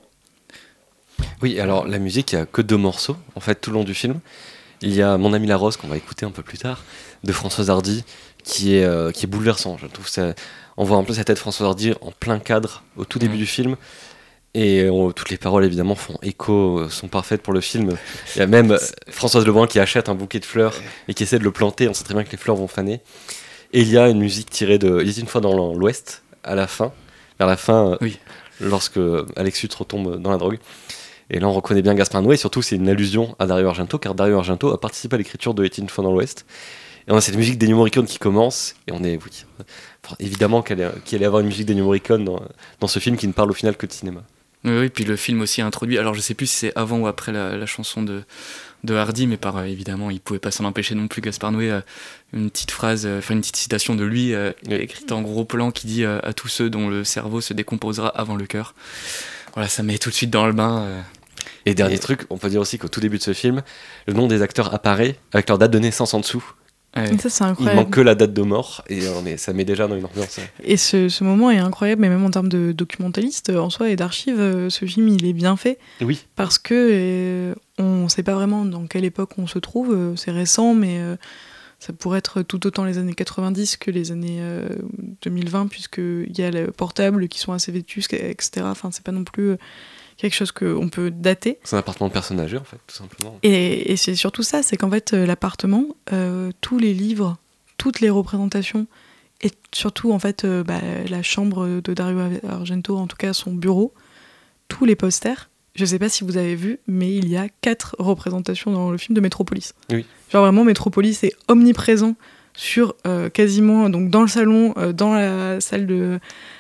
Oui, alors la musique, il n'y a que deux morceaux en fait tout le long du film. Il y a Mon ami la rose qu'on va écouter un peu plus tard de Françoise Hardy qui est, euh, qui est bouleversant. Je trouve ça, on voit un peu sa tête Françoise Hardy en plein cadre au tout début Mmh. du film. Et euh, toutes les paroles évidemment font écho, euh, sont parfaites pour le film. Il y a même euh, Françoise Lebrun qui achète un bouquet de fleurs et qui essaie de le planter. On sait très bien que les fleurs vont faner. Et il y a une musique tirée de Il était une fois dans l'Ouest à la fin, vers la fin, euh, Oui. lorsque Alex Lutz retombe dans la drogue. Et là on reconnaît bien Gaspard Noé, et surtout c'est une allusion à Dario Argento, car Dario Argento a participé à l'écriture de Il était une fois dans l'Ouest. Et on a cette musique d'Ennio Morricone qui commence, et on est, oui, évidemment qu'elle est- qu'il allait y avoir une musique d'Ennio Morricone dans, dans ce film qui ne parle au final que de cinéma. Oui, oui, puis le film aussi a introduit, alors je sais plus si c'est avant ou après la, la chanson de, de Hardy, mais par euh, évidemment, il pouvait pas s'en empêcher non plus, Gaspard Noé, euh, une petite phrase, euh, enfin une petite citation de lui, euh, Oui. écrite en gros plan, qui dit euh, à tous ceux dont le cerveau se décomposera avant le cœur. Voilà, ça met tout de suite dans le bain. euh. Et dernier Et- truc, on peut dire aussi qu'au tout début de ce film, le nom des acteurs apparaît avec leur date de naissance en dessous. Ouais. Et ça, c'est Il incroyable. manque que la date de mort, et on est, ça met déjà dans une ambiance. euh, Et ce, ce moment est incroyable, mais même en termes de documentaliste euh, en soi et d'archives, euh, ce film il est bien fait Oui, parce que euh, on ne sait pas vraiment dans quelle époque on se trouve. euh, c'est récent, mais euh, ça pourrait être tout autant les années quatre-vingt-dix que les années euh, deux mille vingt, puisqu'il y a les portables qui sont assez vétustes, et cetera. Enfin, c'est pas non plus euh, quelque chose qu'on peut dater. c'est un appartement de personnes âgées en fait, tout simplement. Et, et c'est surtout ça, c'est qu'en fait, euh, l'appartement, euh, tous les livres, toutes les représentations, et surtout, en fait, euh, bah, la chambre de Dario Argento, en tout cas son bureau, tous les posters, je sais pas si vous avez vu, mais il y a quatre représentations dans le film de Metropolis. Oui. Genre vraiment, Metropolis est omniprésent sur euh, quasiment, donc dans le salon, euh, dans la salle de,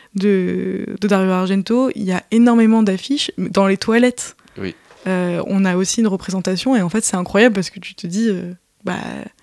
de, de Dario Argento, il y a énormément d'affiches, dans les toilettes. Oui. Euh, on a aussi une représentation, et en fait c'est incroyable parce que tu te dis, euh, bah,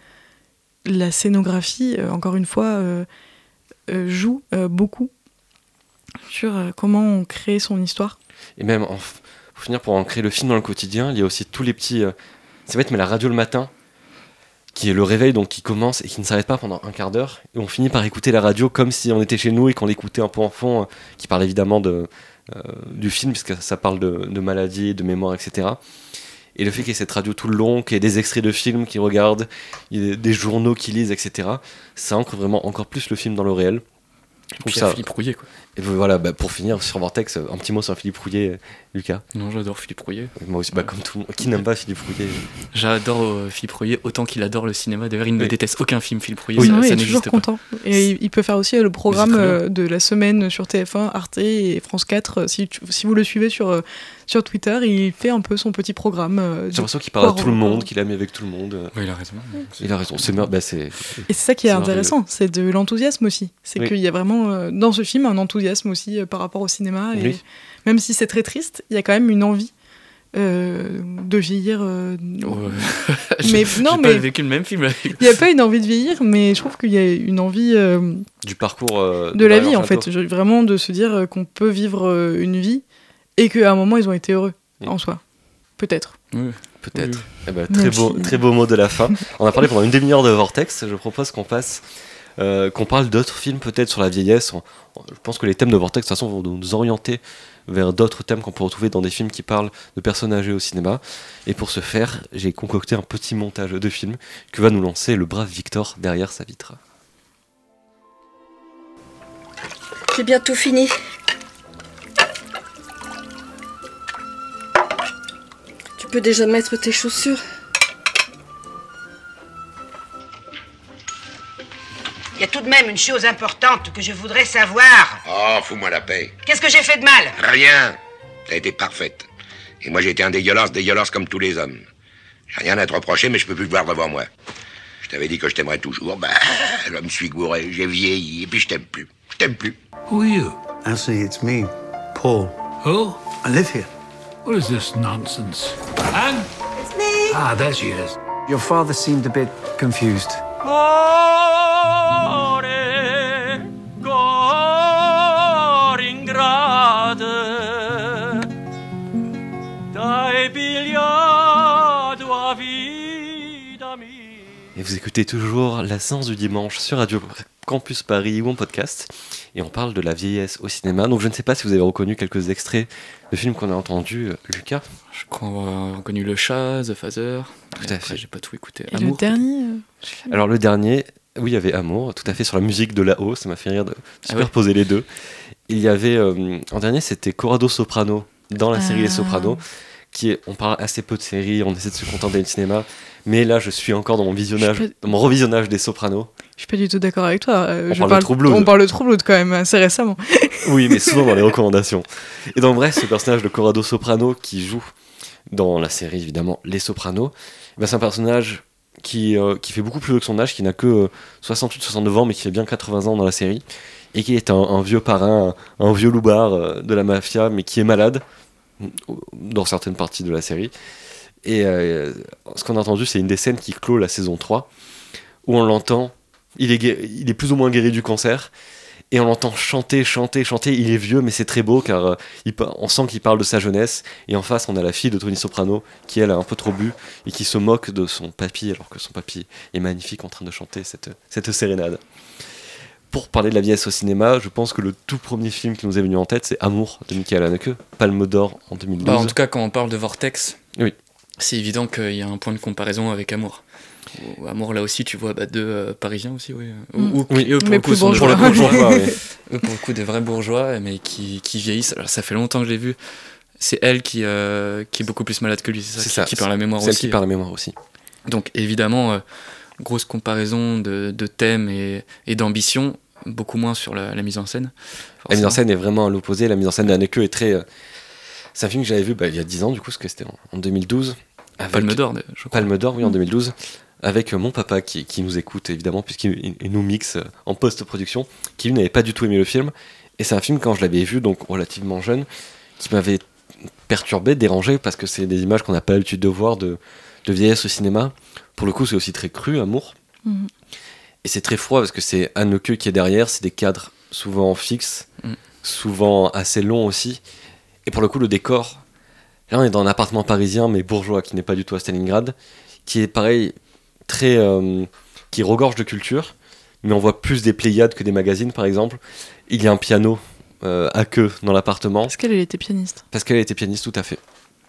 la scénographie, euh, encore une fois, euh, euh, joue euh, beaucoup sur euh, comment on crée son histoire. Et même, en f- pour finir, pour ancrer le film dans le quotidien, il y a aussi tous les petits... euh, c'est bête, mais la radio le matin, qui est le réveil, donc qui commence et qui ne s'arrête pas pendant un quart d'heure. Et on finit par écouter la radio comme si on était chez nous et qu'on l'écoutait un peu en fond, euh, qui parle évidemment de, euh, du film, puisque ça parle de, de maladies, de mémoire, et cetera. Et le fait qu'il y ait cette radio tout le long, qu'il y ait des extraits de films qu'ils regardent, il y ait des journaux qu'ils lisent, et cetera, ça ancre vraiment encore plus le film dans le réel. Je Et trouve puis il y ça... a Philippe Rouillet, quoi. Et voilà, bah, pour finir sur Vortex, un petit mot sur Philippe Rouillet, Lucas. Non, j'adore Philippe Rouillet. Moi aussi, bah, comme tout le monde. Qui n'aime pas Philippe Rouillet? J'adore euh, Philippe Rouillet autant qu'il adore le cinéma. D'ailleurs, il ne Oui. déteste aucun film, Philippe Rouillet. Oui. ça, Non, ça il est toujours n'existe pas. content. Et il, il peut faire aussi euh, le programme très bien. euh, de la semaine sur T F un, Arte et France quatre. euh, Si, tu- si vous le suivez sur, euh, sur Twitter, il fait un peu son petit programme. euh, J'ai de- l'impression qu'il parle à Poirot. tout le monde, qu'il a mis avec tout le monde. Ouais, il a raison. Il a raison. C'est mer- bah, c'est... Et c'est ça qui est C'est intéressant, c'est de l'enthousiasme aussi. C'est Oui. qu'il y a vraiment euh, dans ce film un enthousiasme aussi euh, par rapport au cinéma. Et Oui. même si c'est très triste, il y a quand même une envie euh, de vieillir. euh, Ouais. Mais J'ai- non, j'ai mais- pas vécu le même film. Il n'y a pas une envie de vieillir, mais je trouve qu'il y a une envie euh, Du parcours euh, de la Dario vie en Argento. fait. Je- Vraiment de se dire euh, qu'on peut vivre euh, une vie et qu'à un moment ils ont été heureux Mm. en soi. Peut-être. Oui. Peut-être. Oui. Eh ben, très, Même beau, si- très beau mot de la fin. On a parlé pendant une demi-heure de Vortex. Je propose qu'on passe euh, qu'on parle d'autres films peut-être sur la vieillesse. On- on- je pense que les thèmes de Vortex, de toute façon, vont nous orienter vers d'autres thèmes qu'on peut retrouver dans des films qui parlent de personnes âgées au cinéma. Et pour ce faire, j'ai concocté un petit montage de film que va nous lancer le brave Victor derrière sa vitre. J'ai bientôt fini. Tu peux déjà mettre tes chaussures. Il y a tout de même une chose importante que je voudrais savoir. Oh, fous-moi la paix. Qu'est-ce que j'ai fait de mal? Rien. Ça a été parfaite. Et moi, j'ai été un dégueulasse, dégueulasse comme tous les hommes. J'ai rien à te reprocher, mais je peux plus te voir devant moi. Je t'avais dit que je t'aimerais toujours. Bah, je me suis gouré, j'ai vieilli, et puis je t'aime plus. Je t'aime plus. Who are you? Actually, it's me, Paul. Who? I live here. What is this nonsense? Anne? It's me. Ah, there she is. Your father seemed a bit confused. Et vous écoutez toujours La Séance du Dimanche sur Radio Campus Paris ou en podcast. Et on parle de la vieillesse au cinéma. Donc je ne sais pas si vous avez reconnu quelques extraits de films qu'on a entendus, Lucas. Je crois avoir reconnu Le Chat, The Father. Tout Et à après, fait. j'ai pas tout écouté. Et Amour, le dernier euh, Alors le dernier, oui, il y avait Amour, tout à fait, sur la musique de là-haut. Ça m'a fait rire de Ah superposer les deux. Il y avait, euh, en dernier, c'était Corrado Soprano, dans la série Les Ah. Sopranos. Qui est, on parle assez peu de séries, on essaie de se contenter du cinéma. Mais là, je suis encore dans mon visionnage, Je peux- dans mon revisionnage des Sopranos. Je suis pas du tout d'accord avec toi. euh, On je parle de True Blood. On parle de True Blood quand même, assez récemment. Oui, mais souvent dans les recommandations. Et donc, bref, ce personnage de Corrado Soprano qui joue dans la série, évidemment, Les Sopranos, eh ben, c'est un personnage qui, euh, qui fait beaucoup plus vieux que son âge, qui n'a que euh, soixante-huit soixante-neuf ans, mais qui fait bien quatre-vingts ans dans la série, et qui est un, un vieux parrain, un, un vieux loupard euh, de la mafia, mais qui est malade, dans certaines parties de la série. Et euh, ce qu'on a entendu, c'est une des scènes qui clôt la saison trois, où on l'entend, il est, guéri- il est plus ou moins guéri du cancer, et on l'entend chanter, chanter, chanter. Il est vieux, mais c'est très beau, car euh, il pa- on sent qu'il parle de sa jeunesse. Et en face, on a la fille de Tony Soprano, qui elle a un peu trop bu, et qui se moque de son papy, alors que son papy est magnifique en train de chanter cette, cette sérénade. Pour parler de la vieillesse au cinéma, je pense que le tout premier film qui nous est venu en tête, c'est Amour de Michael Haneke, Palme d'Or en deux mille douze. Bah, en tout cas, quand on parle de Vortex, Oui. c'est évident qu'il y a un point de comparaison avec Amour. Ou Amour, là aussi, tu vois bah, deux euh, Parisiens aussi, oui. Ou, Mm. ou- Oui, eux, pour mais le coup, plus sont des Pour le vrais coup, bourgeois. bourgeois, oui. Eux, pour le coup, des vrais bourgeois, mais qui, qui vieillissent. Alors, ça fait longtemps que je l'ai vu. C'est elle qui, euh, qui est beaucoup plus malade que lui, c'est ça, C'est qui, ça, qui perd la mémoire Celle aussi. qui perd la mémoire aussi. Donc, évidemment, euh, grosse comparaison de, de thèmes et, et d'ambition, beaucoup moins sur la, la mise en scène. La mise en forcément. scène est vraiment à l'opposé. La mise en scène d'Haneke est très. euh, C'est un film que j'avais vu bah, il y a dix ans, du coup, parce que c'était en, en deux mille douze. Avec Palme d'Or, je crois. Palme d'Or, oui, en Mm. deux mille douze. Avec euh, mon papa qui, qui nous écoute, évidemment, puisqu'il il- il nous mixe euh, en post-production, qui lui n'avait pas du tout aimé le film. Et c'est un film, quand je l'avais vu, donc relativement jeune, qui m'avait perturbé, dérangé, parce que c'est des images qu'on n'a pas l'habitude de voir de, de vieillesse au cinéma. Pour le coup, c'est aussi très cru, Amour. Mhm. Et c'est très froid parce que c'est Haneke qui est derrière, c'est des cadres souvent fixes, Mm. souvent assez longs aussi. Et pour le coup, le décor, là on est dans un appartement parisien mais bourgeois qui n'est pas du tout à Stalingrad, qui est pareil, très. euh, qui regorge de culture, mais on voit plus des Pléiades que des magazines par exemple. Il y a un piano euh, à queue dans l'appartement. Est-ce qu'elle elle était pianiste? Parce qu'elle était pianiste, tout à fait.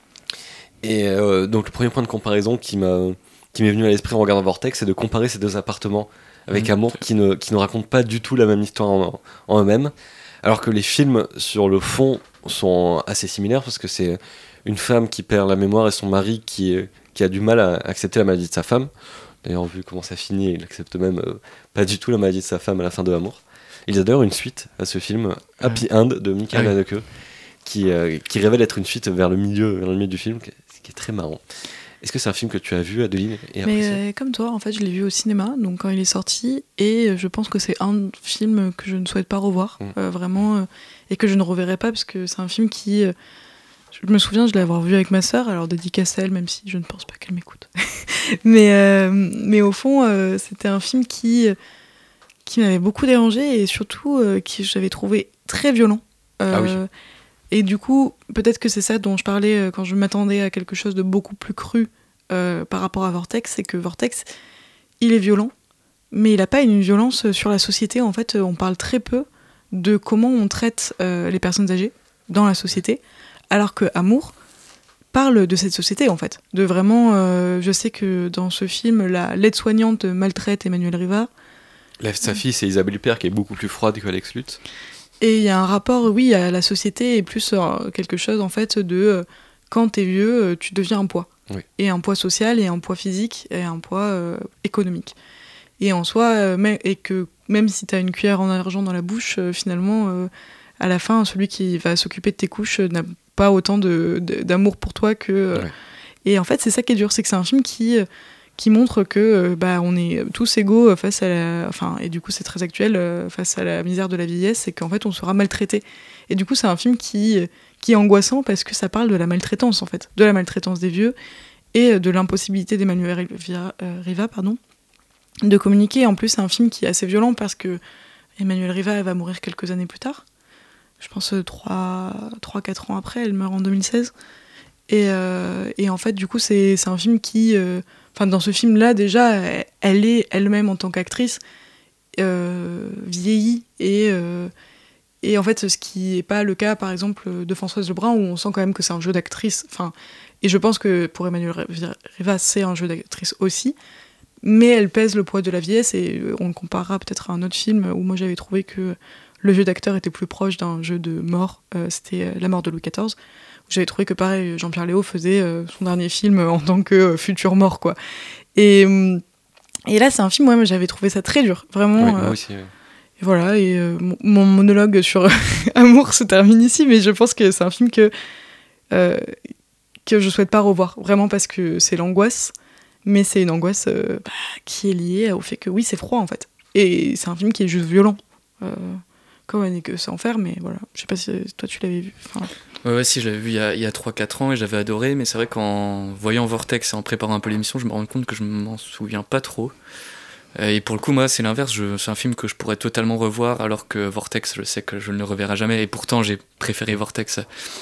Et euh, donc le premier point de comparaison qui m'a qui m'est venu à l'esprit en regardant Vortex, c'est de comparer ces deux appartements avec Mmh. Amour qui ne, qui ne racontent pas du tout la même histoire en, en eux-mêmes, alors que les films sur le fond sont assez similaires parce que c'est une femme qui perd la mémoire et son mari qui, est- qui a du mal à accepter la maladie de sa femme. D'ailleurs, vu comment ça finit, il accepte même euh, pas du tout la maladie de sa femme à la fin de Amour. Il y a d'ailleurs une suite à ce film, Happy End de Michael Ah oui. Haneke, qui, euh, qui révèle être une suite vers le milieu, vers le milieu du film, qui est- qui est très marrant. Est-ce que c'est un film que tu as vu, Adeline, et Mais apprécié euh, comme toi, en fait, je l'ai vu au cinéma, donc quand il est sorti, et euh, je pense que c'est un film que je ne souhaite pas revoir, Mm. euh, vraiment, euh, et que je ne reverrai pas, parce que c'est un film qui... euh, je me souviens de l'avoir vu avec ma sœur, alors dédicace à elle, même si je ne pense pas qu'elle m'écoute. mais, euh, mais au fond, euh, c'était un film qui, euh, qui m'avait beaucoup dérangé, et surtout euh, que j'avais trouvé très violent. Euh, Ah oui. Et du coup, peut-être que c'est ça dont je parlais euh, quand je m'attendais à quelque chose de beaucoup plus cru euh, par rapport à Vortex, c'est que Vortex, il est violent, mais il n'a pas une violence sur la société. En fait, on parle très peu de comment on traite euh, les personnes âgées dans la société, alors que Amour parle de cette société, en fait. De vraiment, euh, je sais que dans ce film, la l'aide-soignante maltraite Emmanuel Riva. La, sa fille, c'est Isabelle Huppert, qui est beaucoup plus froide que Alex Lutz. Et il y a un rapport, oui, à la société, et plus euh, quelque chose, en fait, de euh, quand t'es vieux, euh, tu deviens un poids. Oui. Et un poids social, et un poids physique, et un poids euh, économique. Et en soi, euh, mais, et que même si t'as une cuillère en argent dans la bouche, euh, finalement, euh, à la fin, celui qui va s'occuper de tes couches euh, n'a pas autant de, de, d'amour pour toi que... Euh, ouais. Et en fait, c'est ça qui est dur, c'est que c'est un film qui... Euh, qui montre que euh, bah, on est tous égaux face à la... Enfin, et du coup, c'est très actuel, euh, face à la misère de la vieillesse, et qu'en fait, on sera maltraité. Et du coup, c'est un film qui, qui est angoissant parce que ça parle de la maltraitance, en fait. De la maltraitance des vieux et de l'impossibilité d'Emmanuel Riva, euh, Riva pardon, de communiquer. En plus, c'est un film qui est assez violent parce que Emmanuel Riva, elle va mourir quelques années plus tard. Je pense trois à quatre ans après, elle meurt en deux mille seize. Et, euh, et en fait, du coup, c'est, c'est un film qui... Euh, Enfin, dans ce film-là, déjà, elle est elle-même, en tant qu'actrice, euh, vieillie. Et, euh, et en fait, ce qui n'est pas le cas, par exemple, de Françoise Lebrun, où on sent quand même que c'est un jeu d'actrice. Enfin, et je pense que pour Emmanuel Riva, c'est un jeu d'actrice aussi. Mais elle pèse le poids de la vieillesse. Et on le comparera peut-être à un autre film où moi, j'avais trouvé que le jeu d'acteur était plus proche d'un jeu de mort. Euh, c'était La mort de Louis quatorze. J'avais trouvé que pareil, Jean-Pierre Léaud faisait euh, son dernier film en tant que euh, futur mort, quoi. Et, et là, c'est un film, ouais, moi j'avais trouvé ça très dur, vraiment. Oui, euh, moi aussi. Ouais. Et voilà, et euh, mon, mon monologue sur Amour se termine ici, mais je pense que c'est un film que, euh, que je souhaite pas revoir, vraiment parce que c'est l'angoisse, mais c'est une angoisse euh, bah, qui est liée au fait que oui, c'est froid en fait. Et c'est un film qui est juste violent. Euh, comme on est que c'est enfer, mais voilà. Je sais pas si toi tu l'avais vu. Enfin, Ouais, ouais, si, je l'avais vu il y a, il y a trois quatre ans et j'avais adoré, mais c'est vrai qu'en voyant Vortex et en préparant un peu l'émission, je me rends compte que je m'en souviens pas trop. Et pour le coup, moi, c'est l'inverse, je, c'est un film que je pourrais totalement revoir, alors que Vortex, je sais que je ne le reverrai jamais, et pourtant j'ai préféré Vortex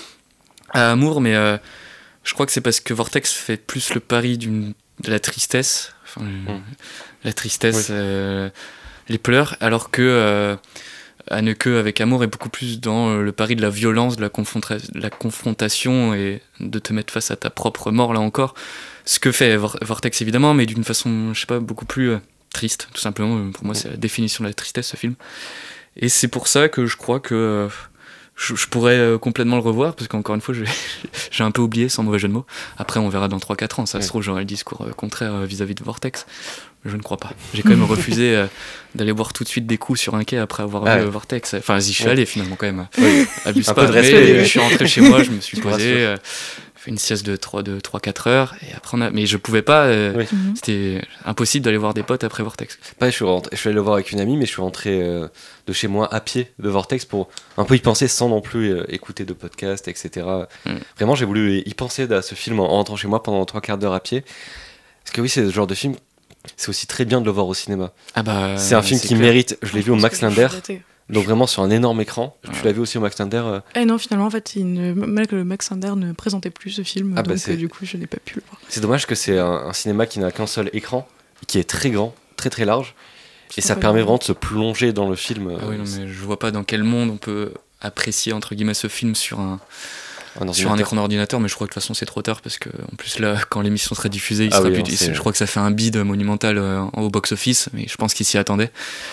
à Amour, mais euh, je crois que c'est parce que Vortex fait plus le pari d'une, de la tristesse, enfin, mmh. la tristesse, oui. euh, les pleurs, alors que... Euh, Anneke avec Amour est beaucoup plus dans le pari de la violence, de la, confronta- de la confrontation et de te mettre face à ta propre mort, là encore. Ce que fait Vortex, évidemment, mais d'une façon, je sais pas, beaucoup plus euh, triste, tout simplement. Pour moi, c'est la définition de la tristesse, ce film. Et c'est pour ça que je crois que euh, je, je pourrais euh, complètement le revoir, parce qu'encore une fois, j'ai, j'ai un peu oublié, sans mauvais jeu de mots. Après, on verra dans trois quatre ans. Ça oui. se trouve, j'aurai le discours euh, contraire euh, vis-à-vis de Vortex. Je ne crois pas. J'ai quand même refusé euh, d'aller voir tout de suite des coups sur un quai après avoir ah vu ouais. euh, Vortex. Enfin, j'y suis ouais. allé finalement quand même. Oui. Abuse un pas. Peu de respect, mais, ouais. Je suis rentré chez moi, je me suis posé, euh, fait une sieste de trois quatre heures. Et après on a... Mais je pouvais pas. Euh, oui. mm-hmm. C'était impossible d'aller voir des potes après Vortex. Pareil, je suis, rentré, je suis allé le voir avec une amie, mais je suis rentré euh, de chez moi à pied de Vortex pour un peu y penser sans non plus euh, écouter de podcasts, et cetera. Mm. Vraiment, j'ai voulu y penser à ce film en rentrant chez moi pendant trois quarts d'heure à pied. Parce que oui, c'est ce genre de film. C'est aussi très bien de le voir au cinéma. Ah bah, c'est un film c'est qui clair. mérite. Je l'ai vu au Max Linder, donc vraiment sur un énorme écran. Ouais. Tu l'as vu aussi au Max Linder euh... Eh non, finalement, en fait, il ne... le Max Linder ne présentait plus ce film, ah donc bah euh, du coup, je n'ai pas pu le voir. C'est dommage que c'est un, un cinéma qui n'a qu'un seul écran, qui est très grand, très très large, et ça permet vraiment de se plonger dans le film. Ah oui, non, mais je vois pas dans quel monde on peut apprécier entre guillemets ce film sur un. Un sur un écran d'ordinateur, mais je crois que de toute façon c'est trop tard parce que en plus là quand l'émission sera diffusée il ah sera oui, plus, je crois que ça fait un bid monumental euh, au box-office, mais je pense qu'il s'y attendait.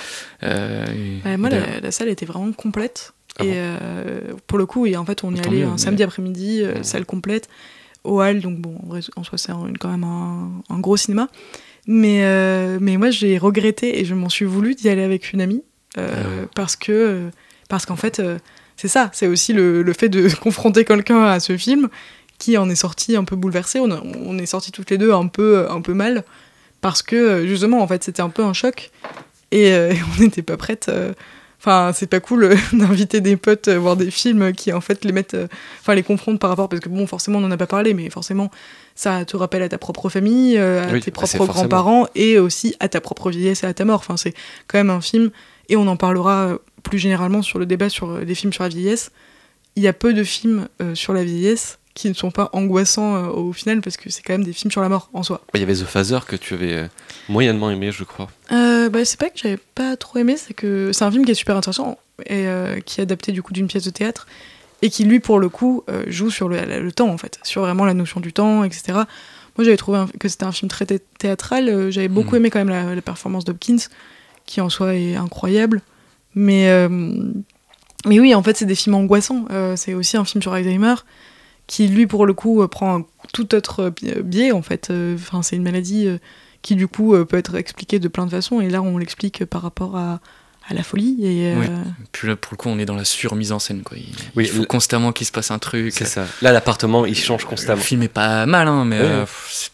Euh, et, ouais, moi la, la salle était vraiment complète ah et bon euh, pour le coup et en fait on y allait mieux, un mais... samedi après-midi, euh, mmh. salle complète au hall, donc bon en, vrai, en soi c'est un, quand même un, un gros cinéma, mais euh, mais moi j'ai regretté et je m'en suis voulu d'y aller avec une amie euh, mmh. parce que parce qu'en fait euh, c'est ça, c'est aussi le, le fait de confronter quelqu'un à ce film qui en est sorti un peu bouleversé. On, a, on est sortis toutes les deux un peu, un peu mal parce que justement, en fait, c'était un peu un choc et, euh, et on n'était pas prêtes. Enfin, euh, c'est pas cool euh, d'inviter des potes euh, voir des films qui en fait les mettent, enfin euh, les confrontent par rapport parce que bon, forcément, on n'en a pas parlé, mais forcément, ça te rappelle à ta propre famille, euh, à oui, tes propres grands-parents et aussi à ta propre vieillesse et à ta mort. Enfin, c'est quand même un film et on en parlera plus généralement sur le débat sur des films sur la vieillesse. Il y a peu de films euh, sur la vieillesse qui ne sont pas angoissants euh, au final, parce que c'est quand même des films sur la mort en soi. Il y avait The Phaser que tu avais euh, moyennement aimé, je crois. Euh, bah, c'est pas que j'avais pas trop aimé, c'est que c'est un film qui est super intéressant et euh, qui est adapté du coup d'une pièce de théâtre et qui lui pour le coup euh, joue sur le, le temps en fait, sur vraiment la notion du temps, et cetera. Moi j'avais trouvé un, que c'était un film très thé- théâtral, euh, j'avais beaucoup mmh. aimé quand même la, la performance d'Hopkins, qui en soi est incroyable, mais, euh, mais oui en fait c'est des films angoissants, euh, c'est aussi un film sur Alzheimer, qui lui pour le coup euh, prend un tout autre biais en fait, enfin euh, c'est une maladie euh, qui du coup euh, peut être expliquée de plein de façons, et là on l'explique par rapport à à la folie. Et euh... oui. Puis là, pour le coup, on est dans la surmise en scène, quoi. Il, oui, il faut le... constamment qu'il se passe un truc. C'est ça. Là, l'appartement, il change constamment. Le film est pas mal, hein, mais oui. euh,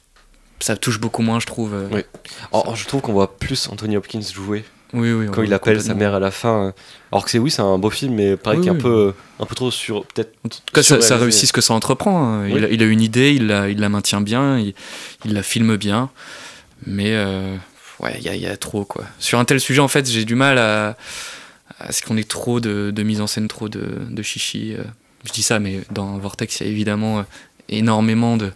ça touche beaucoup moins, je trouve. Oui. Alors, je trouve qu'on voit plus Anthony Hopkins jouer. Oui, oui. Quand il appelle sa mère à la fin. Alors que c'est oui, c'est un beau film, mais pareil oui, qu'il est oui. un peu, un peu trop sur, peut-être. En tout cas, ça, ça réussit ce que ça entreprend. Hein. Oui. Il, a, il a une idée, il la, il la maintient bien, il, il la filme bien, mais euh, ouais, il y, y a trop quoi. Sur un tel sujet, en fait, j'ai du mal à. Est-ce qu'on ait trop de, de mise en scène, trop de, de chichi euh, je dis ça, mais dans Vortex, il y a évidemment euh, énormément de,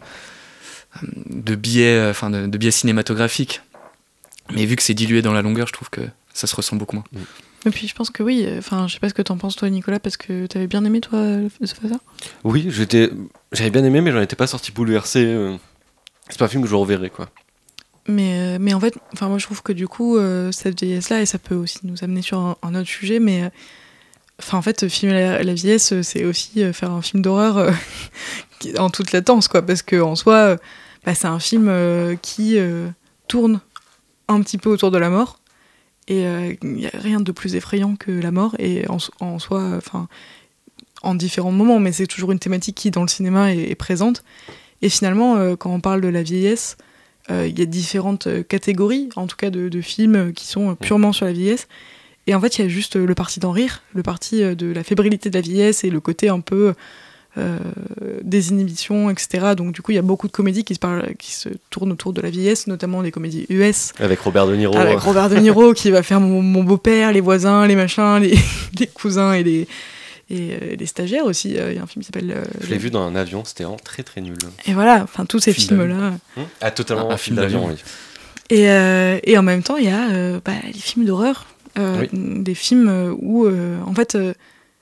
de, biais, enfin de, de biais cinématographiques. Mais vu que c'est dilué dans la longueur, je trouve que ça se ressent beaucoup moins. Et puis je pense que oui, enfin je sais pas ce que t'en penses toi Nicolas, parce que t'avais bien aimé toi ce Phaser ? Oui, j'étais, j'avais bien aimé, mais j'en étais pas sorti bouleversé. C'est pas un film que je reverrai quoi. Mais, mais en fait, enfin moi je trouve que du coup, euh, cette vieillesse-là, et ça peut aussi nous amener sur un, un autre sujet, mais enfin en fait, filmer la, la vieillesse, c'est aussi euh, faire un film d'horreur euh, en toute latence, quoi, parce qu'en soi, euh, bah, c'est un film euh, qui euh, tourne un petit peu autour de la mort, et il euh, n'y a rien de plus effrayant que la mort, et en, en soi, enfin, en différents moments, mais c'est toujours une thématique qui, dans le cinéma, est, est présente, et finalement, euh, quand on parle de la vieillesse, il euh, y a différentes euh, catégories, en tout cas de, de films euh, qui sont euh, purement sur la vieillesse. Et en fait, il y a juste euh, le parti d'en rire, le parti euh, de la fébrilité de la vieillesse et le côté un peu euh, des inhibitions, et cetera. Donc du coup, il y a beaucoup de comédies qui se, parlent, qui se tournent autour de la vieillesse, notamment les comédies U S. Avec Robert De Niro. Avec Robert De Niro qui va faire mon, mon beau-père, les voisins, les machins, les, les cousins et les... et euh, les stagiaires aussi, il euh, y a un film qui s'appelle euh, je l'ai vu dans un avion, c'était vraiment très très nul. Et voilà, enfin tous ces film films là mmh. ah totalement un, un film d'avion, d'avion oui. et, euh, et en même temps il y a euh, bah, les films d'horreur, euh, oui. des films où euh, en fait euh,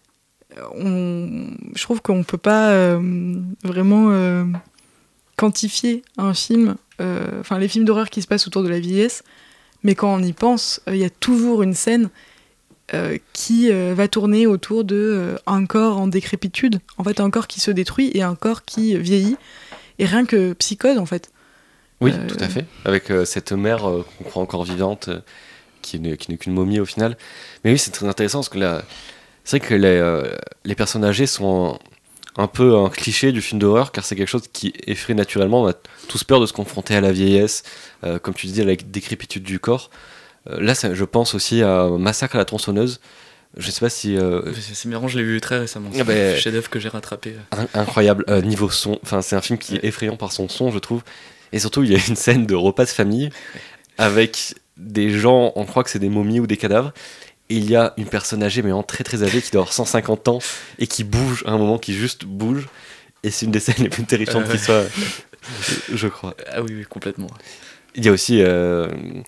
on, je trouve qu'on peut pas euh, vraiment euh, quantifier un film, enfin euh, les films d'horreur qui se passent autour de la vieillesse, mais quand on y pense, il euh, y a toujours une scène Euh, qui euh, va tourner autour de euh, un corps en décrépitude, en fait un corps qui se détruit et un corps qui vieillit, et rien que Psychose en fait. Oui, euh... tout à fait, avec euh, cette mère euh, qu'on croit encore vivante, euh, qui, n'est, qui n'est qu'une momie au final. Mais oui, c'est très intéressant parce que là, c'est vrai que les, euh, les personnes âgées sont un, un peu un cliché du film d'horreur, car c'est quelque chose qui effraie naturellement. On a tous peur de se confronter à la vieillesse, euh, comme tu dis, à la décrépitude du corps. Là, ça, je pense aussi à Massacre à la tronçonneuse. Je sais pas si. Euh... C'est, c'est marrant, je l'ai vu très récemment. C'est ah ben, un chef-d'œuvre que j'ai rattrapé. In- incroyable. Euh, niveau son, enfin, c'est un film qui est effrayant par son son, je trouve. Et surtout, il y a une scène de repas de famille avec des gens, on croit que c'est des momies ou des cadavres. Et il y a une personne âgée, mais vraiment très très âgée, qui doit avoir cent cinquante ans et qui bouge à un moment, qui juste bouge. Et c'est une des scènes les plus terrifiantes euh... qui soit, je crois. Ah oui, oui, complètement. Il y a aussi. Euh...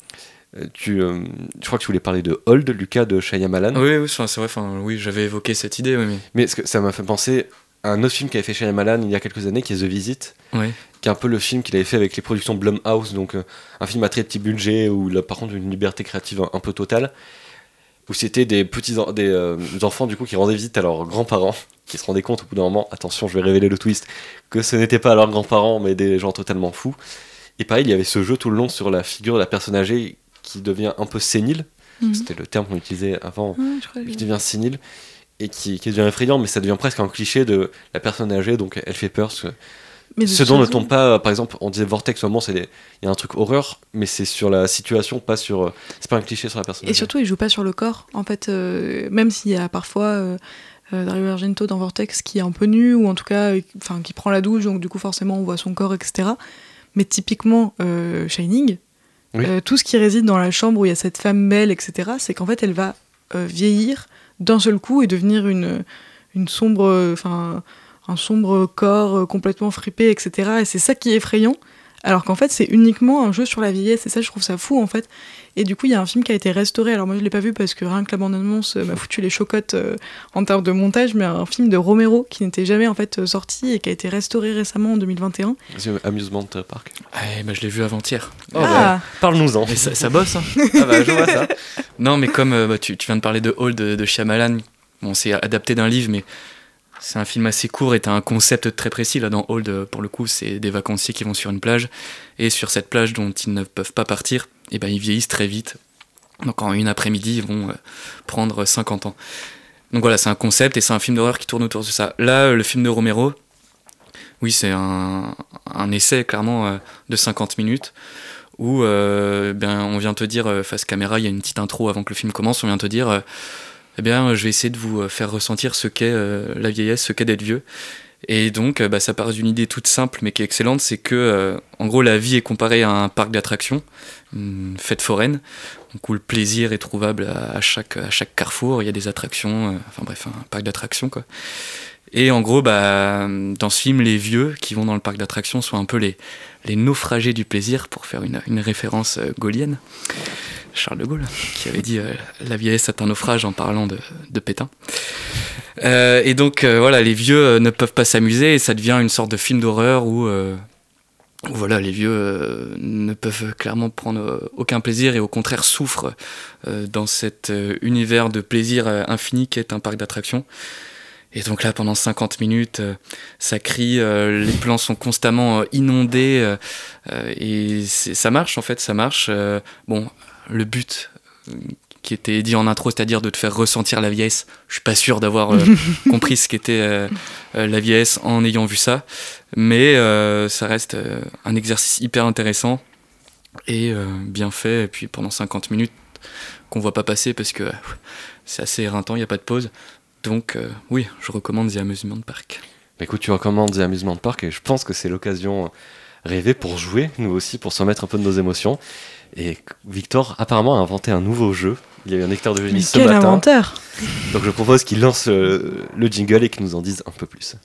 Tu, euh, je crois que tu voulais parler de Hold, Lucas, de Shyamalan. Oui, oui, c'est vrai. Enfin, oui, j'avais évoqué cette idée. Oui, mais mais ce que, ça m'a fait penser à un autre film qu'avait fait Shyamalan il y a quelques années, qui est The Visit, oui. qui est un peu le film qu'il avait fait avec les productions Blumhouse, donc euh, un film à très petit budget où là, par contre une liberté créative un, un peu totale, où c'était des petits en, des, euh, des enfants du coup qui rendaient visite à leurs grands-parents, qui se rendaient compte au bout d'un moment, attention, je vais révéler le twist, que ce n'était pas leurs grands-parents, mais des gens totalement fous. Et pareil, il y avait ce jeu tout le long sur la figure de la personne âgée qui devient un peu sénile, mmh. c'était le terme qu'on utilisait avant, mmh, qui devient sénile, et qui, qui devient effrayant, mais ça devient presque un cliché de la personne âgée, donc elle fait peur. Ce, ce dont ne tombe pas, par exemple, on disait Vortex, au moment, il y a un truc horreur, mais c'est sur la situation, pas sur... C'est pas un cliché sur la personne âgée. Et surtout, il joue pas sur le corps, en fait, euh, même s'il y a parfois euh, euh, Dario Argento dans Vortex qui est un peu nu, ou en tout cas, enfin, qui prend la douche, donc du coup, forcément, on voit son corps, et cetera. Mais typiquement, euh, Shining, oui. Euh, tout ce qui réside dans la chambre où il y a cette femme belle, et cetera, c'est qu'en fait, elle va euh, vieillir d'un seul coup et devenir une, une sombre, enfin, un sombre corps euh, complètement fripé, et cetera. Et c'est ça qui est effrayant. Alors qu'en fait, c'est uniquement un jeu sur la vieillesse, et ça, je trouve ça fou, en fait. Et du coup, il y a un film qui a été restauré, alors moi, je l'ai pas vu parce que rien que la bande-annonce euh, m'a foutu les chocottes euh, en termes de montage, mais un film de Romero qui n'était jamais, en fait, euh, sorti et qui a été restauré récemment en deux mille vingt et un. C'est Amusement Park. Ouais, bah, je l'ai vu avant-hier. Oh, Ah. bah, parle-nous-en. Mais ça, ça bosse, hein. Ah bah, je vois ça. Non, mais comme euh, bah, tu, tu viens de parler de Hall de, de Shyamalan, bon, c'est adapté d'un livre, mais c'est un film assez court et t'as un concept très précis. Là, dans Hold, pour le coup, c'est des vacanciers qui vont sur une plage, et sur cette plage dont ils ne peuvent pas partir, et ben, ils vieillissent très vite. Donc en une après-midi, ils vont euh, prendre cinquante ans. Donc voilà, c'est un concept et c'est un film d'horreur qui tourne autour de ça. Là, le film de Romero, oui, c'est un, un essai clairement euh, de cinquante minutes, où euh, ben, on vient te dire, euh, face caméra, il y a une petite intro avant que le film commence, on vient te dire... Euh, eh bien, je vais essayer de vous faire ressentir ce qu'est euh, la vieillesse, ce qu'est d'être vieux. Et donc, euh, bah, ça part d'une idée toute simple, mais qui est excellente, c'est que, euh, en gros, la vie est comparée à un parc d'attractions, une fête foraine, donc où le plaisir est trouvable à, à, chaque, à chaque carrefour, il y a des attractions, euh, enfin bref, un parc d'attractions, quoi. Et en gros, bah, dans ce film, les vieux qui vont dans le parc d'attractions sont un peu les, les naufragés du plaisir, pour faire une, une référence euh, gaulienne. Charles de Gaulle, qui avait dit euh, « la vieillesse est un naufrage » en parlant de, de Pétain. Euh, et donc, euh, voilà, les vieux euh, ne peuvent pas s'amuser, et ça devient une sorte de film d'horreur où, euh, où voilà, les vieux euh, ne peuvent clairement prendre euh, aucun plaisir, et au contraire souffrent euh, dans cet euh, univers de plaisir euh, infini qu'est un parc d'attractions. Et donc là, pendant cinquante minutes, euh, ça crie, euh, les plans sont constamment euh, inondés, euh, euh, et c'est, ça marche en fait, ça marche. Euh, bon, le but euh, qui était dit en intro, c'est-à-dire de te faire ressentir la vieillesse, je suis pas sûr d'avoir euh, compris ce qu'était euh, euh, la vieillesse en ayant vu ça, mais euh, ça reste euh, un exercice hyper intéressant et euh, bien fait, et puis pendant cinquante minutes qu'on voit pas passer parce que euh, c'est assez éreintant, il n'y a pas de pause. Donc euh, oui, je recommande The Amusement Park. Bah, écoute, tu recommandes The Amusement Park, et je pense que c'est l'occasion rêvée pour jouer, nous aussi, pour se remettre un peu de nos émotions. Et Victor, apparemment, a inventé un nouveau jeu. Il y a eu un éclair de génie Mais ce quel matin. inventeur! Donc je propose qu'il lance euh, le jingle et qu'il nous en dise un peu plus.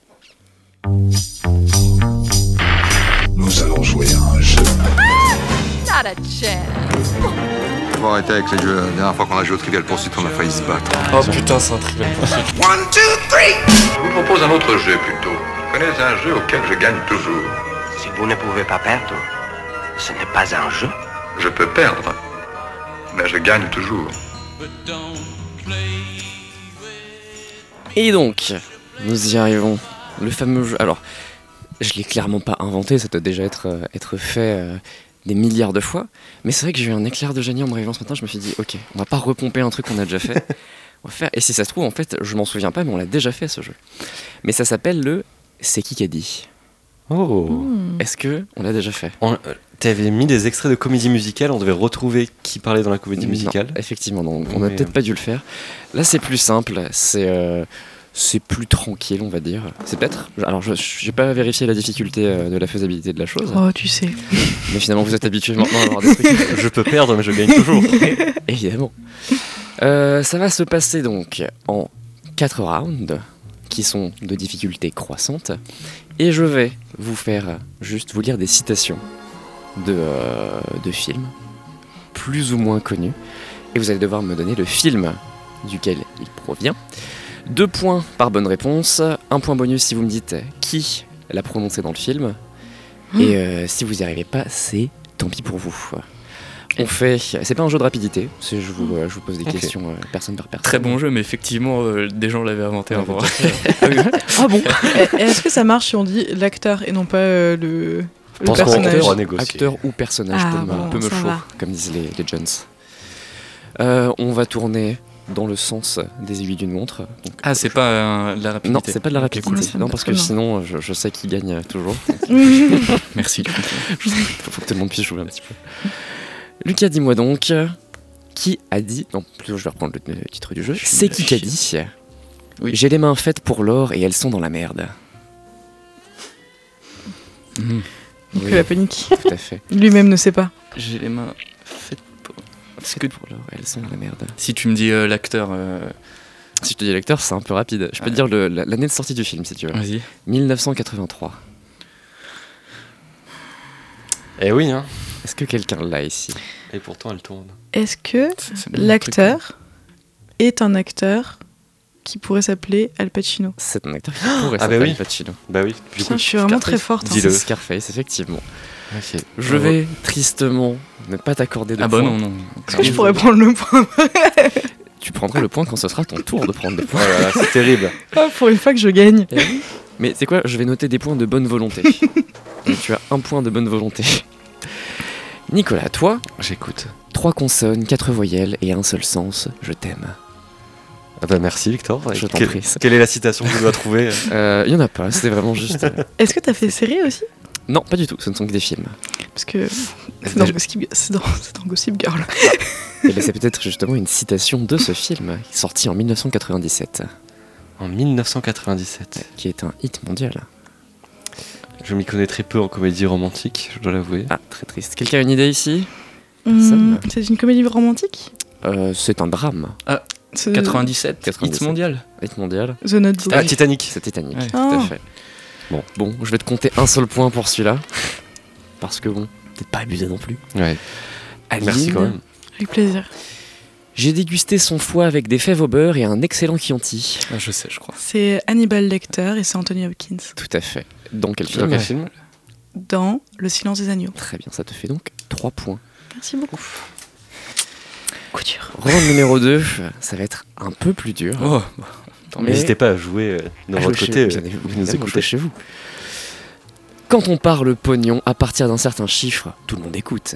Nous allons jouer à un jeu. Not a chance. Faut arrêter avec ces jeux. La dernière fois qu'on a joué au Trivial Pursuit, on a failli se battre. Oh putain, c'est un Trivial Pursuit. One, two, three. Je vous propose un autre jeu plutôt. Vous connaissez un jeu auquel je gagne toujours. Si vous ne pouvez pas perdre, ce n'est pas un jeu. Je peux perdre, mais je gagne toujours. Et donc, nous y arrivons. Le fameux jeu. Alors, je l'ai clairement pas inventé, ça doit déjà être, euh, être fait euh, des milliards de fois. Mais c'est vrai que j'ai eu un éclair de génie en me réveillant ce matin. Je me suis dit, ok, on va pas repomper un truc qu'on a déjà fait. On va faire. Et si ça se trouve, en fait, je m'en souviens pas, mais on l'a déjà fait ce jeu. Mais ça s'appelle le C'est qui qui a dit. Oh. Mmh. Est-ce que on l'a déjà fait? On, euh, T'avais mis des extraits de comédie musicale, on devait retrouver qui parlait dans la comédie musicale. Non, effectivement, donc on n'a Mais, peut-être euh... pas dû le faire. Là, c'est plus simple, c'est euh, c'est plus tranquille, on va dire. C'est peut-être. Alors, je j'ai pas vérifié la difficulté euh, de la faisabilité de la chose. Oh, tu sais. Mais finalement, vous êtes habitués maintenant à avoir des trucs. Je peux perdre, mais je gagne toujours. Évidemment. Euh, ça va se passer donc en quatre rounds qui sont de difficulté croissante, et je vais vous faire juste vous lire des citations de, euh, de films plus ou moins connus, et vous allez devoir me donner le film duquel il provient. Deux points par bonne réponse, un point bonus si vous me dites qui l'a prononcé dans le film, mmh. et euh, si vous n'y arrivez pas, c'est tant pis pour vous. On fait, c'est pas un jeu de rapidité, c'est je vous, euh, je vous pose des okay. questions euh, personne par personne. Très bon jeu, mais effectivement, euh, des gens l'avaient inventé avant. Ah oui. Ah bon. Et est-ce que ça marche si on dit l'acteur et non pas euh, le, le personnage? Acteur ou personnage ah, peut, bon, me, peut me chaud, comme disent les, les Jones. Euh, on va tourner dans le sens des aiguilles d'une montre. Donc, ah, c'est pas euh, de la rapidité? Non, c'est pas de la rapidité. Okay, cool. Non, parce que sinon, je, je sais qui gagne toujours. Merci. Il faut que tout le monde puisse jouer un petit peu. Lucas, dis-moi donc, qui a dit... Non, plutôt je vais reprendre le, le titre du jeu. C'est qui qui a dit oui. J'ai les mains faites pour l'or et elles sont dans la merde. Mmh. Donc oui. La panique. Tout à fait. Lui-même ne sait pas. J'ai les mains faites pour... Parce que pour l'or et elles sont dans la merde. Si tu me dis euh, l'acteur... Euh... Si je te dis l'acteur, c'est un peu rapide. Je peux Ouais. te dire le- la- l'année de sortie du film, si tu veux. Vas-y. dix-neuf cent quatre-vingt-trois. Eh oui, hein. Est-ce que quelqu'un l'a ici? Et pourtant, elle tourne. Est-ce que C'est- c'est bien l'acteur est un acteur qui pourrait s'appeler Al Pacino? C'est un acteur qui pourrait Ah bah s'appeler oui. Al Pacino. Bah oui, du Putain, coup. je suis vraiment très forte. hein. Dis-le. C'est Scarface, effectivement. Ok. Je vais tristement ne pas t'accorder de Ah points. bah non, non. Est-ce que je pourrais prendre le point? Tu prendras le point quand ce sera ton tour de prendre des points. Oh là là, c'est terrible. Ah, pour une fois que je gagne. Eh oui. Mais c'est quoi? Je vais noter des points de bonne volonté. Donc, tu as un point de bonne volonté. Nicolas, toi, J'écoute. trois consonnes, quatre voyelles et un seul sens. Je t'aime. Ah bah merci Victor. Je t'en Quelle- prie. Quelle est la citation que je dois trouver? Euh, Il y en a pas, c'était vraiment juste. euh, Est-ce que t'as fait série aussi? Non, pas du tout, ce ne sont que des films. Parce que c'est dans, Gossip- c'est dans, c'est dans Gossip Girl. Et ben, c'est peut-être justement une citation de ce film, sorti en dix-neuf cent quatre-vingt-dix-sept, En dix-neuf cent quatre-vingt-dix-sept. qui est un hit mondial. Je m'y connais très peu en comédie romantique, je dois l'avouer. Ah, très triste. Quelqu'un a une idée ici? Hum, c'est une comédie romantique? euh, C'est un drame. C'est- quatre-vingt-dix-sept, quatre-vingt-dix-sept. hit mondial. Hit mondial. The Notebook. Ah, Titanic. C'est Titanic, Ouais. tout à Ah. fait. Bon, bon, je vais te compter un seul point pour celui-là. Parce que bon, peut-être pas abusé non plus. Ouais. Aline, Merci quand même. Avec plaisir. J'ai dégusté son foie avec des fèves au beurre et un excellent Chianti. Ah, je sais, je crois. C'est Hannibal Lecter et c'est Anthony Hopkins. Tout à fait. Dans quel Dans film? quel film? Dans Le Silence des Agneaux. Très bien, ça te fait donc trois points. Merci beaucoup. Coup dur. Round numéro deux, ça va être un peu plus dur. Oh, Mais- N'hésitez pas à jouer euh, de à votre jouer côté. chez- euh, bien vous évidemment, nous jouer écoutez. chez vous. Quand on parle pognon à partir d'un certain chiffre, tout le monde écoute.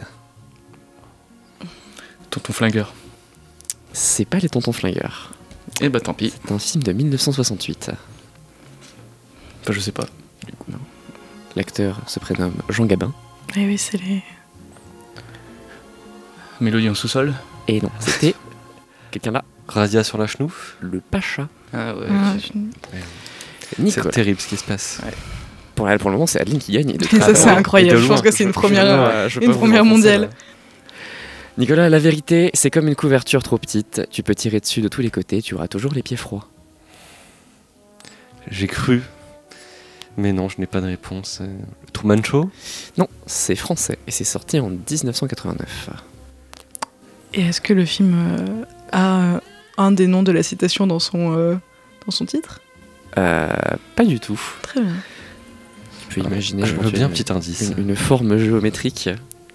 Tonton Flingueur. C'est pas les Tontons Flingueurs. Eh bah tant pis. C'est un film de dix-neuf cent soixante-huit. Enfin, je sais pas. L'acteur se prénomme Jean Gabin. Eh oui, c'est les. Mélodie en sous-sol. Et non, c'était quelqu'un là, Radia sur la chenouf. le Pacha. Ah ouais. Ah, je- C'est Nicolas. terrible ce qui se passe. Pour, pour le moment, c'est Adeline qui gagne. Et de Ça, très c'est loin. incroyable. Et de Je pense loin. que c'est une première, euh, je peux une vous première enfoncer, mondiale. là. Nicolas, la vérité, c'est comme une couverture trop petite. Tu peux tirer dessus de tous les côtés, tu auras toujours les pieds froids. J'ai cru. Mais non, je n'ai pas de réponse. Euh, Truman Show. Non, c'est français et c'est sorti en dix-neuf cent quatre-vingt-neuf. Et est-ce que le film euh, a euh, un des noms de la citation dans son, euh, dans son titre? Euh, pas du tout. Très bien. Tu peux imaginer Je veux bien un éventuellement petit indice. une, une forme géométrique.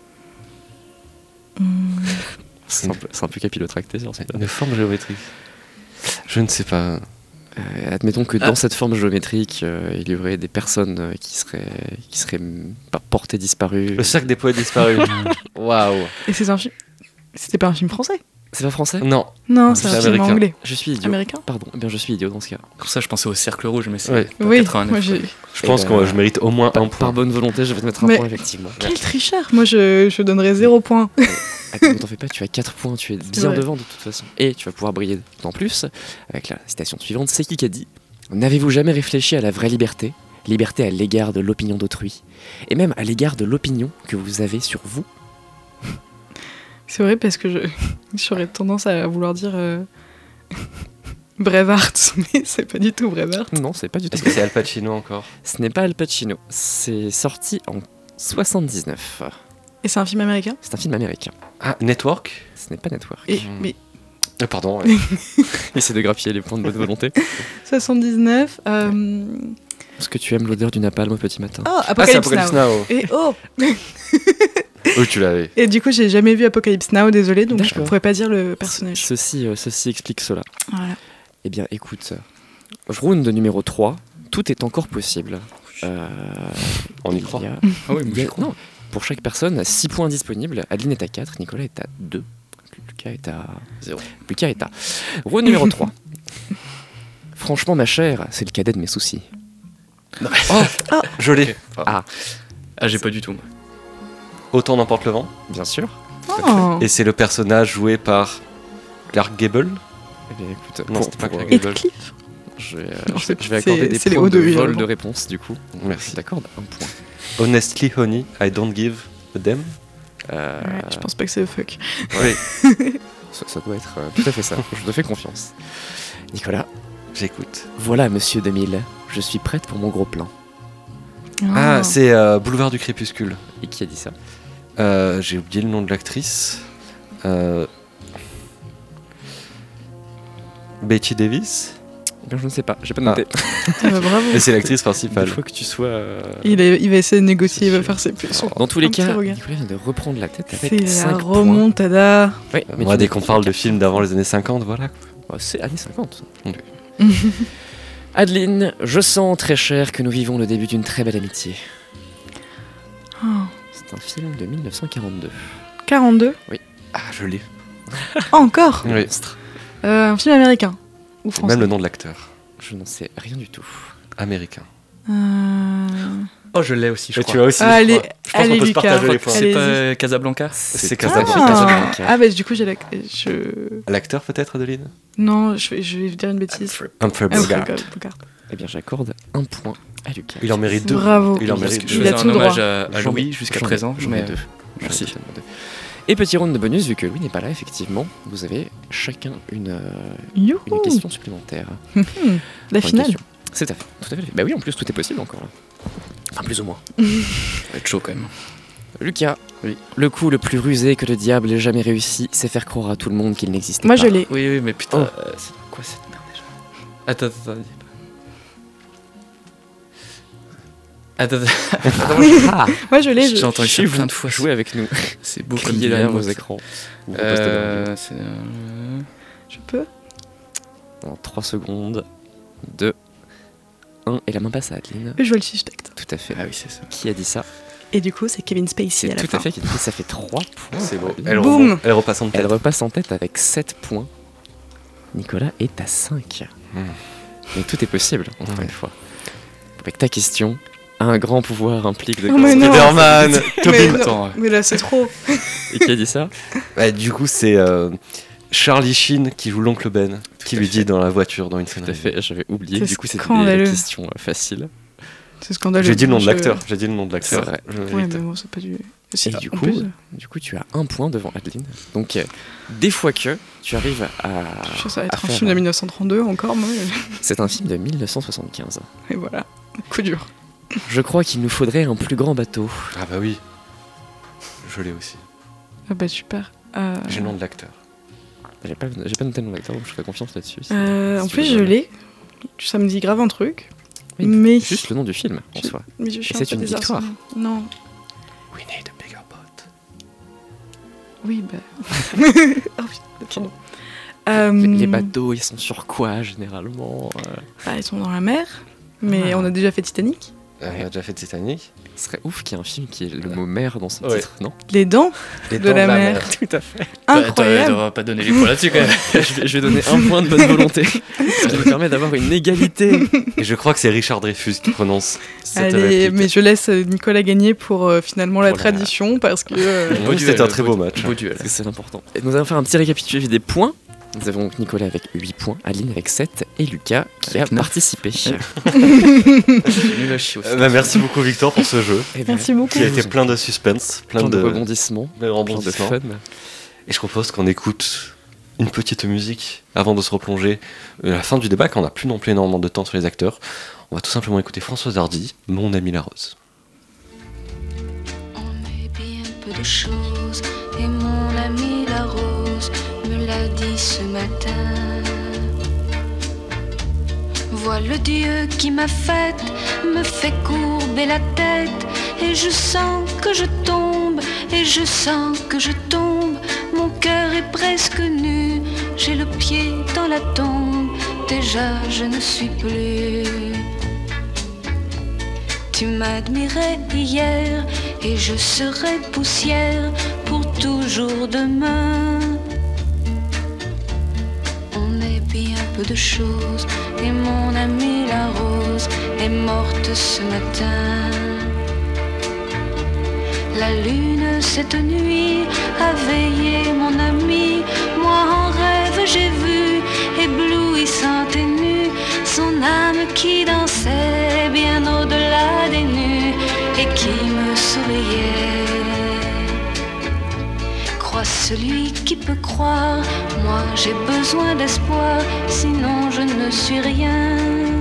Hum, C'est un, peu- c'est un peu capillotracté sur ce Une forme géométrique. Je ne sais pas. Euh, admettons que dans cette forme géométrique, euh, il y aurait des personnes euh, qui seraient, qui seraient mm, pas portées disparues. Le cercle des poètes disparus. Waouh. Et c'est un film. C'était pas un film français? C'est pas français? Non. Non, c'est C'est un film américain. anglais. Je suis idiot. Américain? Pardon, eh bien je suis idiot dans ce cas. Pour ça, je pensais au cercle rouge, mais c'est Ouais. pas Oui, quatre-vingt-neuf. moi j'ai. Je pense Eh que ben, je mérite au moins Par, un par point. bonne volonté, je vais te mettre un Mais- point, effectivement. Quel tricheur! Moi je, je donnerais zéro point. Attends, ne t'en fais pas, tu as quatre points, tu es bien vrai. devant de toute façon. Et tu vas pouvoir briller en plus avec la citation suivante. C'est qui qui a dit: n'avez-vous jamais réfléchi à la vraie liberté? Liberté à l'égard de l'opinion d'autrui. Et même à l'égard de l'opinion que vous avez sur vous. C'est vrai parce que je j'aurais tendance à vouloir dire euh... Braveheart, mais c'est pas du tout Braveheart. Non, c'est pas du tout. Est-ce que c'est Al Pacino encore? Ce n'est pas Al Pacino. C'est sorti en soixante-dix-neuf. Et c'est un film américain? C'est un film américain. Ah, Network. Ce n'est pas Network. Et, Hmm. mais Euh, pardon. ouais. Essaie de grappiller les points de bonne volonté. soixante-dix-neuf. Euh... Est-ce que tu aimes l'odeur du napalm au petit matin? Oh, Ah, c'est Apocalypse, Apocalypse Now. Now. Et oh. Oui, tu l'avais. Et du coup, j'ai jamais vu Apocalypse Now, désolé, donc je D'accord. pourrais pas dire le personnage. Ceci, euh, ceci explique cela. Voilà. Eh bien, écoute, round numéro trois, tout est encore possible. Euh, On y il croit. y a- Ah oui, mais il y a- j'y crois. non, pour chaque personne, six points disponibles. Adeline est à quatre, Nicolas est à deux, Lucas est à Zéro. Lucas est à. Round numéro trois. Franchement, ma chère, c'est le cadet de mes soucis. Oh, je l'ai. Ah, Ah, j'ai pas du tout. moi. Autant n'emporte le vent. bien sûr. Oh. Et c'est le personnage joué par Clark Gable. Eh bien, écoute, Non, pour- c'était pas pour, Clark euh, Gable. Heathcliff. je vais, euh, Non, je vais- c'est- je vais accorder c'est- des c'est les points hauts de de huit, vol vraiment. de réponse, du coup. Merci. Je t'accorde un point. Honestly, honey, I don't give a damn. Euh, Ouais, je pense pas que c'est fuck. Oui. ça, ça doit être euh, tout à fait ça. Je te fais confiance. Nicolas. J'écoute. Voilà, monsieur deux mille. Je suis prête pour mon gros plan. Ah, ah c'est euh, Boulevard du Crépuscule. Et qui a dit ça? euh, J'ai oublié le nom de l'actrice. Euh... Betty Davis. Eh bien, je ne sais pas, j'ai pas noté. Ah bah, bravo. Mais c'est l'actrice principale. Il faut que tu sois. Euh... Il, est, il va essayer de négocier, il va faire ses plus. Dans tous les cas, Nicolas vient de reprendre la tête avec c'est cinq la remontada. Oui, mais Moi, dès qu'on parle de films d'avant les années cinquante, voilà. Oh, c'est années cinquante. Mm. Adeline, je sens très cher que nous vivons le début d'une très belle amitié. Oh. C'est un film de mille neuf cent quarante-deux. quarante-deux? Oui. Ah, je l'ai. Oh, encore? Oui. Euh, un film américain ou français? Même le nom de l'acteur. Je n'en sais rien du tout. Américain. Euh... Oh, je l'ai aussi, je Et crois. tu as aussi. Ah, allez, je pense allez, qu'on peut se Lucas. partager les points. C'est pas Casablanca? C'est Casablanca. Casablanca. Ah, ah bah du coup j'ai la... je... L'acteur peut-être, Adeline? Non, je vais, je vais dire une bêtise. Humphrey Bogart. Eh bien, j'accorde un point à Lucas. Il en mérite deux. Bravo. Il en mérite Je deux. faisais un hommage droit. à, à Louis jusqu'à J'en ai- présent. J'en ai mais- deux. Merci. J'en ai deux. Et petit round de bonus, vu que Louis n'est pas là, effectivement, vous avez chacun une, euh, Youhou. une question supplémentaire. La Enfin, finale. une question. C'est à fait, tout à fait. Bah oui, en plus, tout est possible encore là. Enfin, plus ou moins. Ça va être chaud quand même. Lucas, oui. Le coup le plus rusé que le diable ait jamais réussi, c'est faire croire à tout le monde qu'il n'existait Moi pas. je l'ai. Oui, oui, mais putain, Oh. euh, c'est quoi cette merde déjà? Attends, attends, attends. Attends, attends. Ah, Moi je l'ai. J'ai Je... entendu ça Chez plein vous, de fois. jouez avec nous. C'est beau comme Criez dit derrière la vos vos écrans. Ou vos postes Euh, c'est. euh, Je peux. dans trois secondes. deux, un, et la main passe à Adeline. Je vois le suspect. Tout à fait. Ah oui, c'est ça. Qui a dit ça? Et du coup c'est Kevin Spacey C'est à la tout fin. à fait qui a dit ça. Ça fait trois points. C'est beau. Adeline. Elle, Boum. remonte, elle repasse en tête. Elle repasse en tête avec sept points. Nicolas est à cinq. Mmh. Mais tout est possible, encore Ouais. une fois. Avec ta question, un grand pouvoir implique de Oh, mais non. Spider-Man. mais, Tobey non, Maguire. mais là c'est trop. Et qui a dit ça? Bah, du coup, c'est euh, Charlie Sheen qui joue l'oncle Ben, qui lui dit dans la voiture, dans une scène. Tout à fait, j'avais oublié. C'est Du coup, c'était scandaleux. des questions euh, faciles. C'est scandaleux. J'ai dit le nom de Je- l'acteur. J'ai dit le nom de l'acteur. C'est vrai. Je Ouais mérite. mais bon c'est pas du... Et Ah, du en coup, plus, du coup, tu as un point devant Adeline. Donc, euh, des fois que tu arrives à. je sais, ça va à être un faire- film de mille neuf cent trente-deux encore moi. C'est un film de mille neuf cent soixante-quinze. Et voilà. Coup dur. Je crois qu'il nous faudrait un plus grand bateau. Ah bah oui. Je l'ai aussi. Ah bah super. Euh... J'ai le nom de l'acteur. J'ai pas, j'ai pas noté le nom d'acteur, donc je ferai confiance là-dessus. si- Euh, si en tu plus veux je bien. l'ai. Ça me dit grave un truc. Oui, mais Juste le nom du film, en Je- soi. mais je suis Et un c'est peu une victoire. désarçonnée. Non. We need a bigger boat. Oui bah. oh, putain, pardon. Euh, Les- Les bateaux, ils sont sur quoi généralement euh Bah, ils sont dans la mer. Mais Ah. on a déjà fait Titanic. Euh, on a déjà fait Titanic. Ce serait ouf qu'il y ait un film qui ait le mot mer dans son Ouais. titre, non? Les dents Les de dents la mer. Tout à fait. Incroyable. On va pas donner les points là-dessus quand même. je, vais, je vais donner un point de bonne volonté, ce qui me permet d'avoir une égalité. Et je crois que c'est Richard Dreyfus qui prononce cette Allez, réplique. mais je laisse euh, Nicolas gagner pour euh, finalement la Pour la- tradition parce que. euh, Oui, c'était un très beau match. Beau duel. Parce que c'est important. Et nous allons faire un petit récapitulatif des points. Nous avons donc Nicolas avec huit points, Adeline avec sept et Lucas qui Avec a neuf. participé. Nul à chier aussi. Euh, bah, merci beaucoup Victor pour ce jeu Eh ben, Merci beaucoup. qui a été plein de suspense, plein, plein de de, rebondissements, de plein de rebondissements. fun. Et je propose qu'on écoute une petite musique avant de se replonger à la fin du débat, quand on n'a plus non plus énormément de temps sur les acteurs. On va tout simplement écouter Françoise Hardy, Mon ami la rose. On est bien peu de choses et mon ami la rose me l'a dit ce matin. Vois le Dieu qui m'a faite, me fait courber la tête et je sens que je tombe et je sens que je tombe. Mon cœur est presque nu, j'ai le pied dans la tombe. Déjà je ne suis plus. Tu m'admirais hier et je serai poussière pour toujours demain. On est bien peu de choses et mon amie la rose est morte ce matin. La lune cette nuit a veillé mon ami. Moi en rêve j'ai vu, éblouissante et nue, son âme qui dansait bien au-delà des nues et qui me souriait. Croissant celui qui peut croire. Moi j'ai besoin d'espoir, sinon je ne suis rien.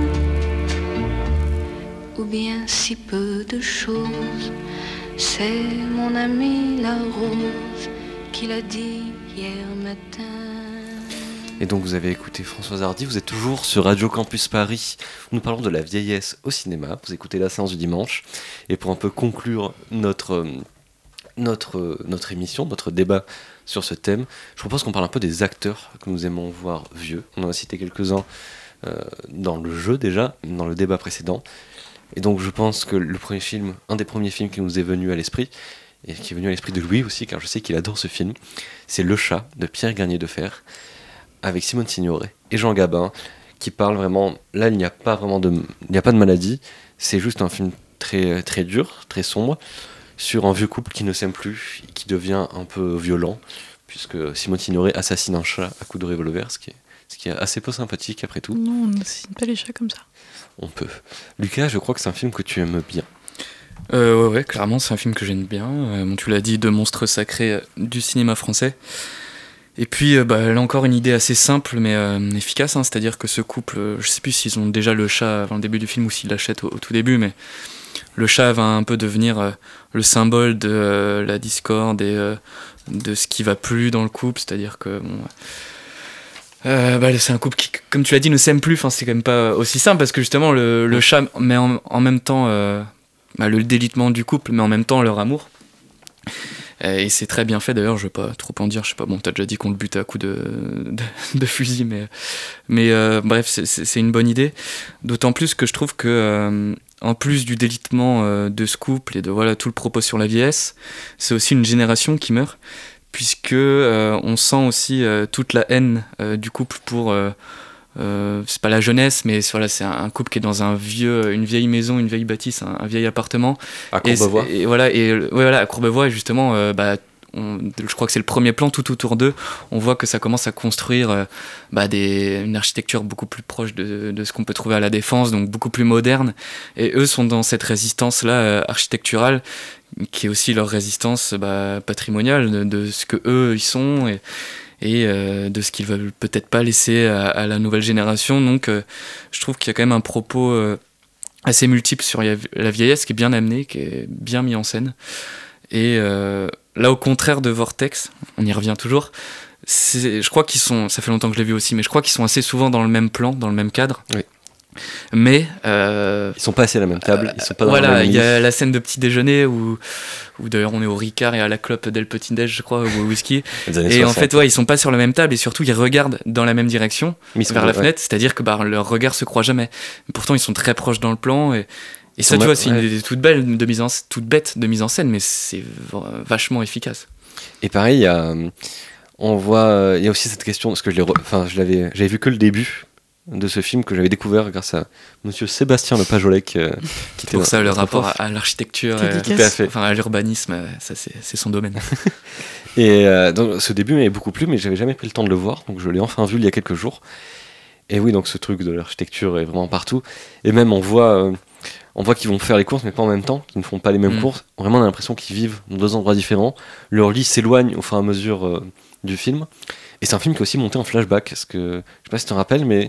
Ou bien si peu de choses. C'est mon ami la rose qui l'a dit hier matin. Et donc vous avez écouté Françoise Hardy, vous êtes toujours sur Radio Campus Paris, où nous parlons de la vieillesse au cinéma, vous écoutez la séance du dimanche, et pour un peu conclure notre, notre, notre émission, notre débat sur ce thème, je propose qu'on parle un peu des acteurs que nous aimons voir vieux. On en a cité quelques-uns euh, dans le jeu déjà, dans le débat précédent, et donc je pense que le premier film, un des premiers films qui nous est venu à l'esprit, et qui est venu à l'esprit de Louis aussi, car je sais qu'il adore ce film, c'est Le Chat de Pierre Garnier de Fer, avec Simone Signoret et Jean Gabin, qui parle vraiment, là il n'y a pas vraiment de, il n'y a pas de maladie, c'est juste un film très, très dur, très sombre, sur un vieux couple qui ne s'aime plus, et qui devient un peu violent, puisque Simone Signoret assassine un chat à coups de revolver, ce qui est, ce qui est assez peu sympathique après tout. Non, on n'assassine pas les chats comme ça. On peut. Lucas, je crois que c'est un film que tu aimes bien. Euh, ouais, ouais, clairement c'est un film que j'aime bien, euh, bon, tu l'as dit, deux monstres sacrés euh, du cinéma français. Et puis, euh, bah, là encore, une idée assez simple, mais euh, efficace, hein, c'est-à-dire que ce couple, euh, je sais plus s'ils ont déjà le chat avant le début du film ou s'ils l'achètent au, au tout début, mais le chat va un peu devenir euh, le symbole de euh, la discorde et euh, de ce qui va plus dans le couple, c'est-à-dire que, bon, euh, bah, c'est un couple qui, comme tu l'as dit, ne s'aime plus, enfin, c'est quand même pas aussi simple, parce que justement, le, le chat met en, en même temps euh, bah, le délitement du couple, mais en même temps leur amour. Et c'est très bien fait d'ailleurs, je vais pas trop en dire, je sais pas, bon t'as déjà dit qu'on le butait à coups de, de, de fusil, mais, mais euh, bref, c'est, c'est une bonne idée. D'autant plus que je trouve que, euh, en plus du délitement euh, de ce couple et de voilà, tout le propos sur la vieillesse, c'est aussi une génération qui meurt, puisque euh, on sent aussi euh, toute la haine euh, du couple pour... Euh, Euh, c'est pas la jeunesse, mais voilà, c'est un couple qui est dans un vieux, une vieille maison, une vieille bâtisse, un, un vieil appartement. À Courbevoie. Et, et voilà, et ouais, voilà, à Courbevoie, et justement, euh, bah, on, je crois que c'est le premier plan, tout autour d'eux, on voit que ça commence à construire euh, bah, des, une architecture beaucoup plus proche de, de ce qu'on peut trouver à la Défense, donc beaucoup plus moderne. Et eux sont dans cette résistance-là euh, architecturale, qui est aussi leur résistance bah, patrimoniale de, de ce que eux ils sont. Et, et euh, de ce qu'ils veulent peut-être pas laisser à, à la nouvelle génération. Donc euh, je trouve qu'il y a quand même un propos euh, assez multiple sur la vieillesse qui est bien amené, qui est bien mis en scène. Et euh, là, au contraire de Vortex, on y revient toujours, c'est, je crois qu'ils sont, ça fait longtemps que je l'ai vu aussi, mais je crois qu'ils sont assez souvent dans le même plan, dans le même cadre. Oui. Mais euh, ils sont pas assis à la même table, ils sont pas dans voilà, la même il y a la scène de petit déjeuner où, où d'ailleurs on est au Ricard et à la clope dès le petit déj, je crois, ou au whisky. Et soixante. En fait, ouais, ils sont pas sur la même table et surtout ils regardent dans la même direction, vers la fenêtre, ouais. C'est-à-dire que bah, leur regard se croise jamais. Pourtant, ils sont très proches dans le plan et, et ça, tu vois, c'est ouais. une idée toute belle de mise en, toute bête de mise en scène, mais c'est vachement efficace. Et pareil, il y a, on voit, il y a aussi cette question parce que je l'ai, enfin, je l'avais, j'avais vu que le début de ce film que j'avais découvert grâce à monsieur Sébastien Le Pajolec euh, qui était pour ça le rapport à, à l'architecture euh, tout à fait. Enfin à l'urbanisme, ça c'est, c'est son domaine. Et euh, donc ce début m'avait beaucoup plu, mais j'avais jamais pris le temps de le voir, donc je l'ai enfin vu il y a quelques jours. Et oui, donc ce truc de l'architecture est vraiment partout, et même on voit euh, on voit qu'ils vont faire les courses mais pas en même temps, qu'ils ne font pas les mêmes mmh. courses. Vraiment on a l'impression qu'ils vivent dans deux endroits différents, leur lit s'éloigne au fur et à mesure euh, du film. Et c'est un film qui est aussi monté en flashback, parce que, je sais pas si tu te rappelles, mais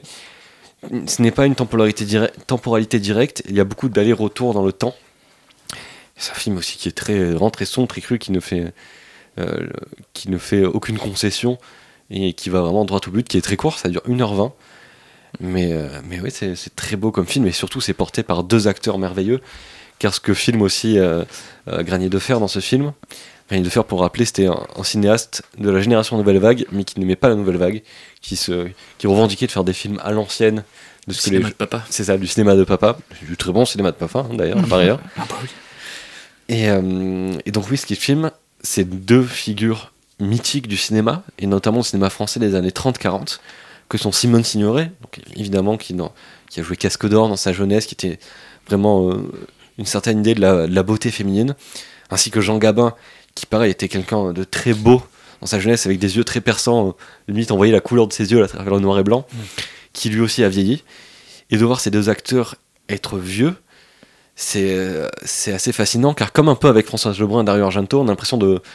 ce n'est pas une temporalité, dire- temporalité directe, il y a beaucoup d'allers-retours dans le temps. C'est un film aussi qui est très, vraiment très sombre, très cru, qui ne fait, euh, qui ne fait aucune concession, et qui va vraiment droit au but, qui est très court, ça dure une heure vingt. Mais, euh, mais oui, c'est, c'est très beau comme film, et surtout c'est porté par deux acteurs merveilleux, car ce que filme aussi euh, euh, Garnier de Fer dans ce film, Garnier de Fer, pour rappeler, c'était un, un cinéaste de la génération Nouvelle Vague, mais qui n'aimait pas la Nouvelle Vague, qui, se, qui revendiquait de faire des films à l'ancienne. De ce cinéma les... de papa. C'est ça, du cinéma de papa. Du très bon cinéma de papa, hein, d'ailleurs, par ailleurs. Ah bah oui. Et, euh, et donc oui, ce qu'il filme, c'est deux figures mythiques du cinéma, et notamment le cinéma français des années trente quarante, que sont Simone Signoret, donc évidemment qui, dans, qui a joué Casque d'Or dans sa jeunesse, qui était vraiment euh, une certaine idée de la, de la beauté féminine, ainsi que Jean Gabin, qui pareil était quelqu'un de très beau dans sa jeunesse, avec des yeux très perçants, euh, limite on voyait la couleur de ses yeux à travers le noir et blanc, mmh. qui lui aussi a vieilli. Et de voir ces deux acteurs être vieux, c'est, euh, c'est assez fascinant, car comme un peu avec Françoise Lebrun et Dario Argento, on a l'impression de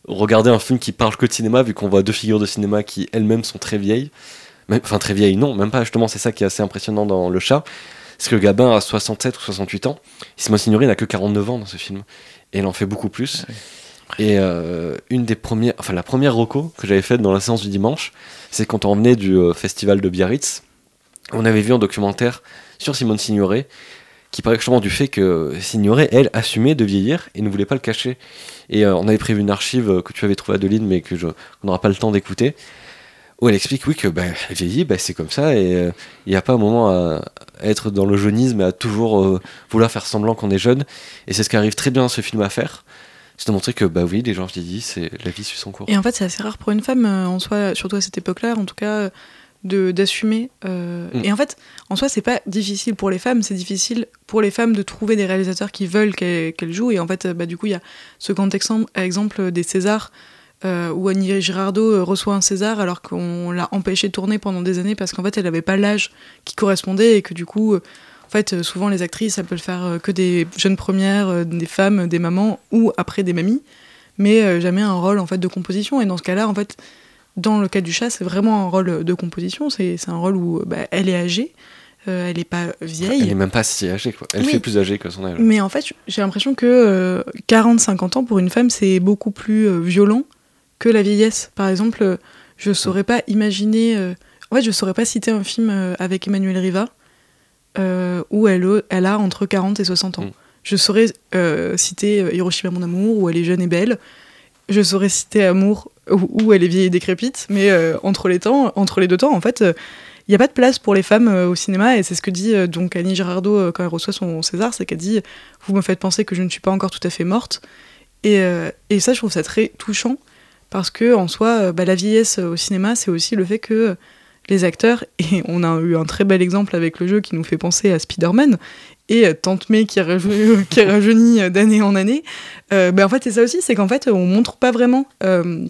regarder un film qui parle que de cinéma, vu qu'on voit deux figures de cinéma qui elles-mêmes sont très vieilles. Même, enfin, très vieilles, non, même pas, justement, c'est ça qui est assez impressionnant dans Le Chat. C'est que Gabin a soixante-sept ou soixante-huit ans. Simone Signoret n'a que quarante-neuf ans dans ce film. Et elle en fait beaucoup plus. Ouais. Et euh, une des premières, enfin, la première reco que j'avais faite dans la séance du dimanche, c'est quand on revenait du euh, festival de Biarritz. On avait vu un documentaire sur Simone Signoret qui parlait justement du fait que Signoret, elle, assumait de vieillir et ne voulait pas le cacher. Et euh, on avait prévu une archive que tu avais trouvée, Adeline, mais que je, on n'aura pas le temps d'écouter, où elle explique, oui, que bah, elle vieillit, bah, c'est comme ça, et il euh, n'y a pas un moment à, à être dans le jeunisme et à toujours euh, vouloir faire semblant qu'on est jeune. Et c'est ce qu'arrive très bien ce film à faire. C'est de montrer que, bah oui, les gens vieillissent et la vie suit son cours. Et en fait, c'est assez rare pour une femme, euh, en soi, surtout à cette époque-là, en tout cas, de, d'assumer. Euh, mm. Et en fait, en soi, c'est pas difficile pour les femmes, c'est difficile pour les femmes de trouver des réalisateurs qui veulent qu'elles, qu'elles jouent. Et en fait, bah, du coup, il y a ce grand exemple, exemple des Césars, euh, où Annie Girardot reçoit un César alors qu'on l'a empêchée de tourner pendant des années parce qu'en fait, elle n'avait pas l'âge qui correspondait et que du coup... En fait, souvent, les actrices, elles peuvent faire que des jeunes premières, des femmes, des mamans, ou après des mamies, mais jamais un rôle en fait, de composition. Et dans ce cas-là, en fait, dans le cas du Chat, c'est vraiment un rôle de composition. C'est, c'est un rôle où bah, elle est âgée, euh, elle n'est pas vieille. Elle n'est même pas si âgée, quoi. Elle oui. fait plus âgée que son âge. Mais en fait, j'ai l'impression que euh, quarante à cinquante ans, pour une femme, c'est beaucoup plus euh, violent que la vieillesse. Par exemple, je ne saurais pas imaginer... Euh... En fait, je ne saurais pas citer un film euh, avec Emmanuelle Riva, Euh, où elle, elle a entre quarante et soixante ans. Mm. Je saurais euh, citer euh, Hiroshima mon amour, où elle est jeune et belle. Je saurais citer Amour, où, où elle est vieille et décrépite. Mais euh, entre, les temps, entre les deux temps, en fait, il euh, n'y a pas de place pour les femmes euh, au cinéma. Et c'est ce que dit euh, donc Annie Girardot euh, quand elle reçoit son César, c'est qu'elle dit « Vous me faites penser que je ne suis pas encore tout à fait morte ». Et, euh, et ça, je trouve ça très touchant, parce que en soi, euh, bah, la vieillesse au cinéma, c'est aussi le fait que... les acteurs, et on a eu un très bel exemple avec le jeu qui nous fait penser à Spider-Man, et Tante May qui, rajeunit, qui rajeunit d'année en année, euh, ben en fait c'est ça aussi, c'est qu'en fait on montre pas vraiment euh,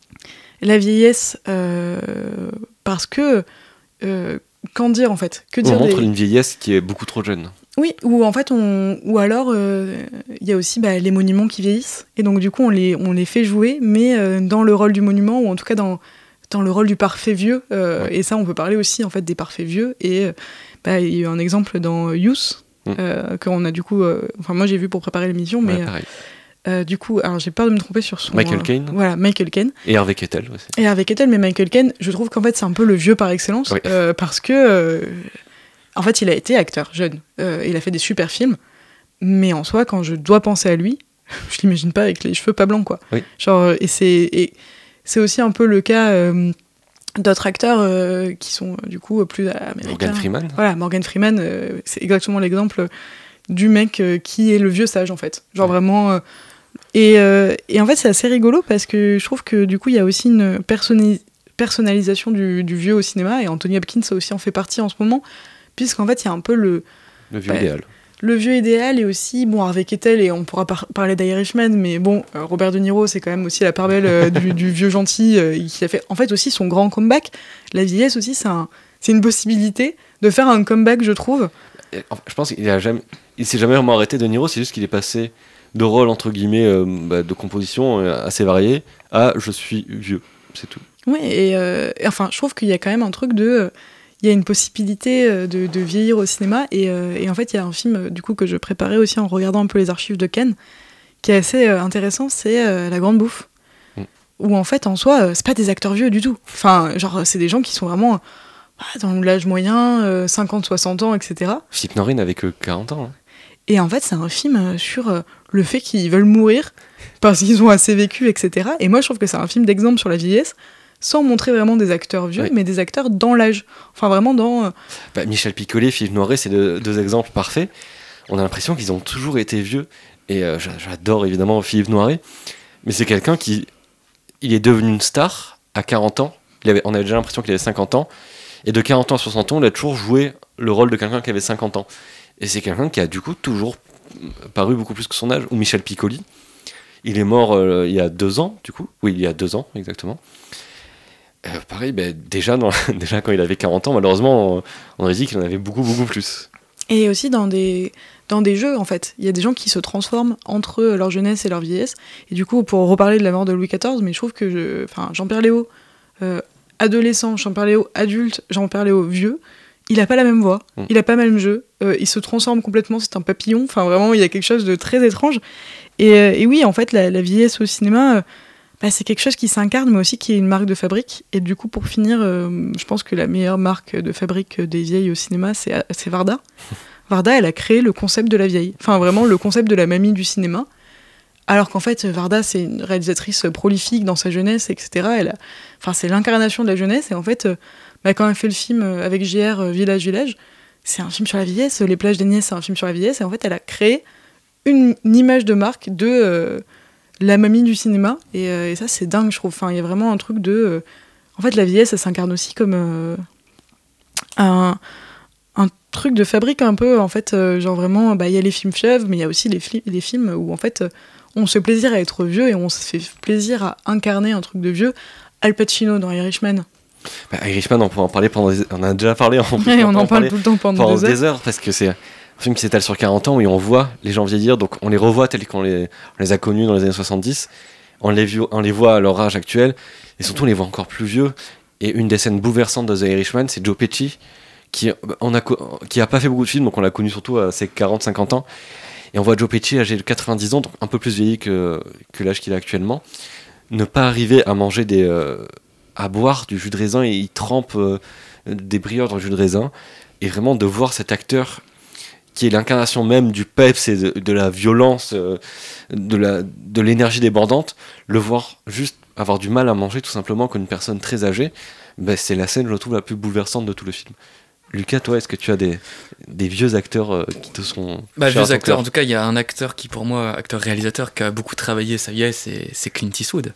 la vieillesse, euh, parce que, euh, qu'en dire en fait que dire On montre des... une vieillesse qui est beaucoup trop jeune. Oui, ou en fait on, ou alors il euh, y a aussi bah, les monuments qui vieillissent, et donc du coup on les, on les fait jouer, mais euh, dans le rôle du monument, ou en tout cas dans dans le rôle du parfait vieux, euh, ouais. Et ça on peut parler aussi en fait des parfaits vieux, et bah, il y a eu un exemple dans Youth, mm. euh, qu'on a du coup, euh, enfin moi j'ai vu pour préparer l'émission, mais ouais, euh, du coup, alors j'ai peur de me tromper sur son... Michael Caine. Euh, voilà, Michael Caine. Et Harvey Keitel aussi. Et Harvey Keitel, mais Michael Caine, je trouve qu'en fait c'est un peu le vieux par excellence, oui. euh, parce que, euh, en fait il a été acteur jeune, euh, il a fait des super films, mais en soi quand je dois penser à lui, je l'imagine pas avec les cheveux pas blancs quoi. Oui. Genre, et c'est... Et, c'est aussi un peu le cas euh, d'autres acteurs euh, qui sont euh, du coup plus américains. Morgan Freeman. Voilà, Morgan Freeman, euh, c'est exactement l'exemple du mec euh, qui est le vieux sage en fait. Genre ouais. vraiment. Euh, et, euh, et en fait, c'est assez rigolo parce que je trouve que du coup, il y a aussi une personnali- personnalisation du, du vieux au cinéma, et Anthony Hopkins aussi en fait partie en ce moment, puisqu'en fait, il y a un peu le. Le vieux bah, idéal. Le vieux idéal, et aussi, bon, Harvey Keitel, et on pourra par- parler d'Irishman, mais bon, euh, Robert De Niro, c'est quand même aussi la part belle euh, du, du vieux gentil, euh, qui a fait, en fait, aussi son grand comeback. La vieillesse aussi, c'est, un, c'est une possibilité de faire un comeback, je trouve. Je pense qu'il a jamais, il s'est jamais vraiment arrêté, De Niro, c'est juste qu'il est passé de rôles, entre guillemets, euh, bah, de composition euh, assez variés, à je suis vieux, c'est tout. Oui, et, euh, et enfin, je trouve qu'il y a quand même un truc de... Euh, il y a une possibilité de, de vieillir au cinéma, et, euh, et en fait il y a un film du coup que je préparais aussi en regardant un peu les archives de Cannes qui est assez euh, intéressant, c'est euh, La Grande Bouffe, mm. où en fait en soi euh, c'est pas des acteurs vieux du tout, enfin genre c'est des gens qui sont vraiment euh, dans l'âge moyen, euh, cinquante soixante ans, etc. Philippe Noiret n'avait que quarante ans, hein. Et en fait c'est un film sur euh, le fait qu'ils veulent mourir parce qu'ils ont assez vécu, etc. Et moi je trouve que c'est un film d'exemple sur la vieillesse, sans montrer vraiment des acteurs vieux, oui. mais des acteurs dans l'âge. Enfin, vraiment dans... Euh... Bah, Michel Piccoli, Philippe Noiret, c'est deux, deux exemples parfaits. On a l'impression qu'ils ont toujours été vieux. Et euh, j'adore évidemment Philippe Noiret. Mais c'est quelqu'un qui... Il est devenu une star à quarante ans. Il avait, on avait déjà l'impression qu'il avait cinquante ans. Et de quarante ans à soixante ans, il a toujours joué le rôle de quelqu'un qui avait cinquante ans. Et c'est quelqu'un qui a du coup toujours paru beaucoup plus que son âge. Ou Michel Piccoli. Il est mort euh, il y a deux ans, du coup. Oui, il y a deux ans, exactement. Euh, pareil, bah, déjà, dans, déjà quand il avait quarante ans, malheureusement, on, on aurait dit qu'il en avait beaucoup, beaucoup plus. Et aussi dans des, dans des jeux, en fait. Il y a des gens qui se transforment entre leur jeunesse et leur vieillesse. Et du coup, pour reparler de la mort de Louis quatorze, mais je trouve que je, enfin, Jean-Pierre Léaud, euh, adolescent, Jean-Pierre Léaud, adulte, Jean-Pierre Léaud, vieux, il a pas la même voix, mmh. il a pas le même jeu, euh, il se transforme complètement, c'est un papillon. Enfin, vraiment, il y a quelque chose de très étrange. Et, euh, et oui, en fait, la, la vieillesse au cinéma... Euh, Bah, c'est quelque chose qui s'incarne, mais aussi qui est une marque de fabrique. Et du coup, pour finir, euh, je pense que la meilleure marque de fabrique des vieilles au cinéma, c'est, c'est Varda. Varda, elle a créé le concept de la vieille. Enfin, vraiment, le concept de la mamie du cinéma. Alors qu'en fait, Varda, c'est une réalisatrice prolifique dans sa jeunesse, et cetera. Elle a... Enfin, c'est l'incarnation de la jeunesse. Et en fait, euh, bah, quand elle fait le film avec J R, Village, Village, c'est un film sur la vieillesse. Les plages des Nièces, c'est un film sur la vieillesse. Et en fait, elle a créé une, une image de marque de... Euh, la mamie du cinéma, et, euh, et ça c'est dingue, je trouve. Enfin, il y a vraiment un truc de... Euh, en fait, la vieillesse, ça s'incarne aussi comme euh, un, un truc de fabrique un peu, en fait, euh, genre vraiment, bah, il y a les films chefs, mais il y a aussi les, fli- les films où, en fait, on se fait plaisir à être vieux et on se fait plaisir à incarner un truc de vieux. Al Pacino dans Irishman. Bah, Irishman, on pourrait en parler pendant des... On a déjà parlé, en plus, ouais, on, on en parle en tout le temps pendant, pendant des, des heures. heures, parce que c'est... un film qui s'étale sur quarante ans où on voit les gens vieillir, donc on les revoit tels qu'on les, on les a connus dans les années soixante-dix, on les, vio- on les voit à leur âge actuel, et surtout on les voit encore plus vieux. Et une des scènes bouleversantes de The Irishman, c'est Joe Pesci, qui, on a, qui a pas fait beaucoup de films, donc on l'a connu surtout à ses quarante à cinquante ans, et on voit Joe Pesci âgé de quatre-vingt-dix ans, donc un peu plus vieilli que, que l'âge qu'il a actuellement, ne pas arriver à manger des... Euh, à boire du jus de raisin, et il trempe euh, des brioches dans le jus de raisin, et vraiment de voir cet acteur qui est l'incarnation même du peps et de, de la violence, euh, de, la, de l'énergie débordante, le voir juste avoir du mal à manger tout simplement comme une personne très âgée, ben c'est la scène, je trouve, la plus bouleversante de tout le film. Lucas, toi, est-ce que tu as des, des vieux acteurs euh, qui te sont... Bah, vieux acteurs, en tout cas, il y a un acteur qui, pour moi, acteur-réalisateur, qui a beaucoup travaillé, ça y est, c'est, c'est Clint Eastwood.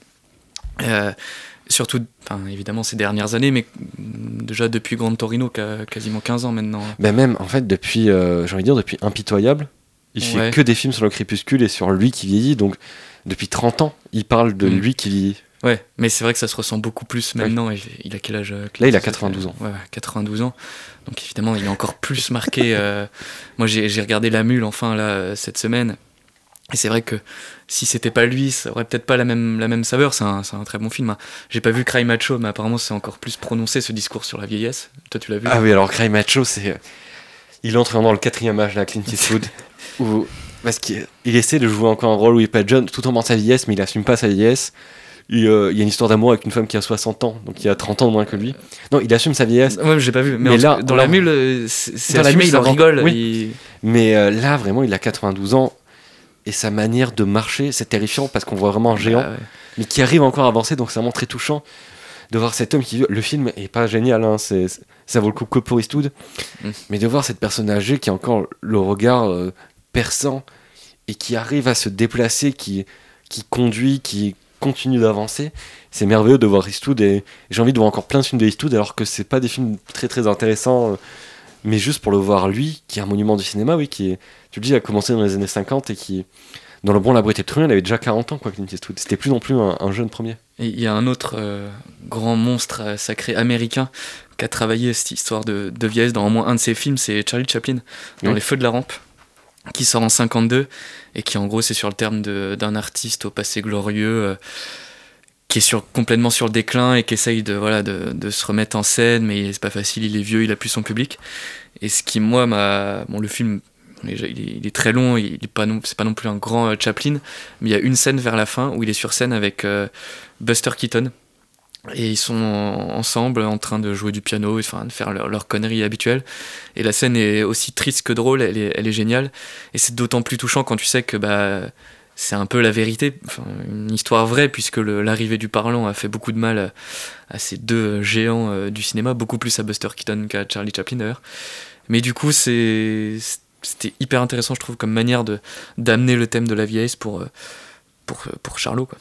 Euh, surtout, évidemment, ces dernières années, mais déjà depuis Gran Torino, qui a quasiment quinze ans maintenant. Ben même, en fait, depuis, euh, j'ai envie de dire, depuis Impitoyable, il fait ouais. que des films sur le crépuscule et sur lui qui vieillit, donc depuis trente ans, il parle de mmh. lui qui vieillit. Ouais, mais c'est vrai que ça se ressent beaucoup plus maintenant. Oui. Il a quel âge? Là, il a quatre-vingt-douze ans. Ouais, quatre-vingt-douze ans. Donc évidemment, il est encore plus marqué. euh... Moi, j'ai, j'ai regardé La Mule, enfin, là, cette semaine. Et c'est vrai que si c'était pas lui, ça aurait peut-être pas la même, la même saveur. C'est un, c'est un très bon film. Hein. J'ai pas vu Cry Macho, mais apparemment, c'est encore plus prononcé, ce discours sur la vieillesse. Toi, tu l'as vu? Ah oui, alors Cry Macho, c'est... Il entre dans le quatrième âge, là, Clint Eastwood. où... Parce qu'il il essaie de jouer encore un rôle où il peut être jeune, tout en menant sa vieillesse, mais il assume pas sa vieillesse. Il, euh, il y a une histoire d'amour avec une femme qui a soixante ans, donc il a trente ans de moins que lui. Non, il assume sa vieillesse. Ouais, j'ai pas vu. Mais, mais là, dans là, La Mule, c'est, c'est dans assumé, la mule, il en rigole. Oui. Il... Mais euh, là, vraiment, il a quatre-vingt-douze ans. Et sa manière de marcher, c'est terrifiant parce qu'on voit vraiment un géant, ah ouais. mais qui arrive encore à avancer, donc c'est vraiment très touchant de voir cet homme qui... Le film est pas génial, hein, c'est, ça vaut le coup que pour Eastwood, mm. mais de voir cette personne âgée qui a encore le regard euh, perçant et qui arrive à se déplacer, qui, qui conduit, qui continue d'avancer, c'est merveilleux de voir Eastwood, et j'ai envie de voir encore plein de films de Eastwood, alors que c'est pas des films très très intéressants, euh, mais juste pour le voir lui, qui est un monument du cinéma, oui, qui est, tu le dis, a commencé dans les années cinquante et qui, dans Le Bon, la Brute et le Truand, il avait déjà quarante ans, quoi, Clint Eastwood. C'était plus non plus un, un jeune premier. Et il y a un autre euh, grand monstre euh, sacré américain qui a travaillé cette histoire de, de vieillesse dans au moins un de ses films, c'est Charlie Chaplin, dans oui. Les Feux de la Rampe, qui sort en cinquante-deux, et qui en gros c'est sur le terme de, d'un artiste au passé glorieux, euh, qui est sur, complètement sur le déclin et qui essaye de, voilà, de, de se remettre en scène, mais c'est pas facile, il est vieux, il a plus son public. Et ce qui, moi, m'a... Bon, le film, il est, il est très long, il est pas non, c'est pas non plus un grand euh, Chaplin, mais il y a une scène vers la fin où il est sur scène avec euh, Buster Keaton, et ils sont en, ensemble en train de jouer du piano, enfin, de faire leur, leur connerie habituelle. Et la scène est aussi triste que drôle, elle est, elle est géniale. Et c'est d'autant plus touchant quand tu sais que... bah c'est un peu la vérité, enfin, une histoire vraie, puisque le, l'arrivée du parlant a fait beaucoup de mal à, à ces deux géants euh, du cinéma, beaucoup plus à Buster Keaton qu'à Charlie Chaplin d'ailleurs. Mais du coup, c'est, c'était hyper intéressant, je trouve, comme manière de, d'amener le thème de la vieillesse pour, pour, pour Charlot, quoi.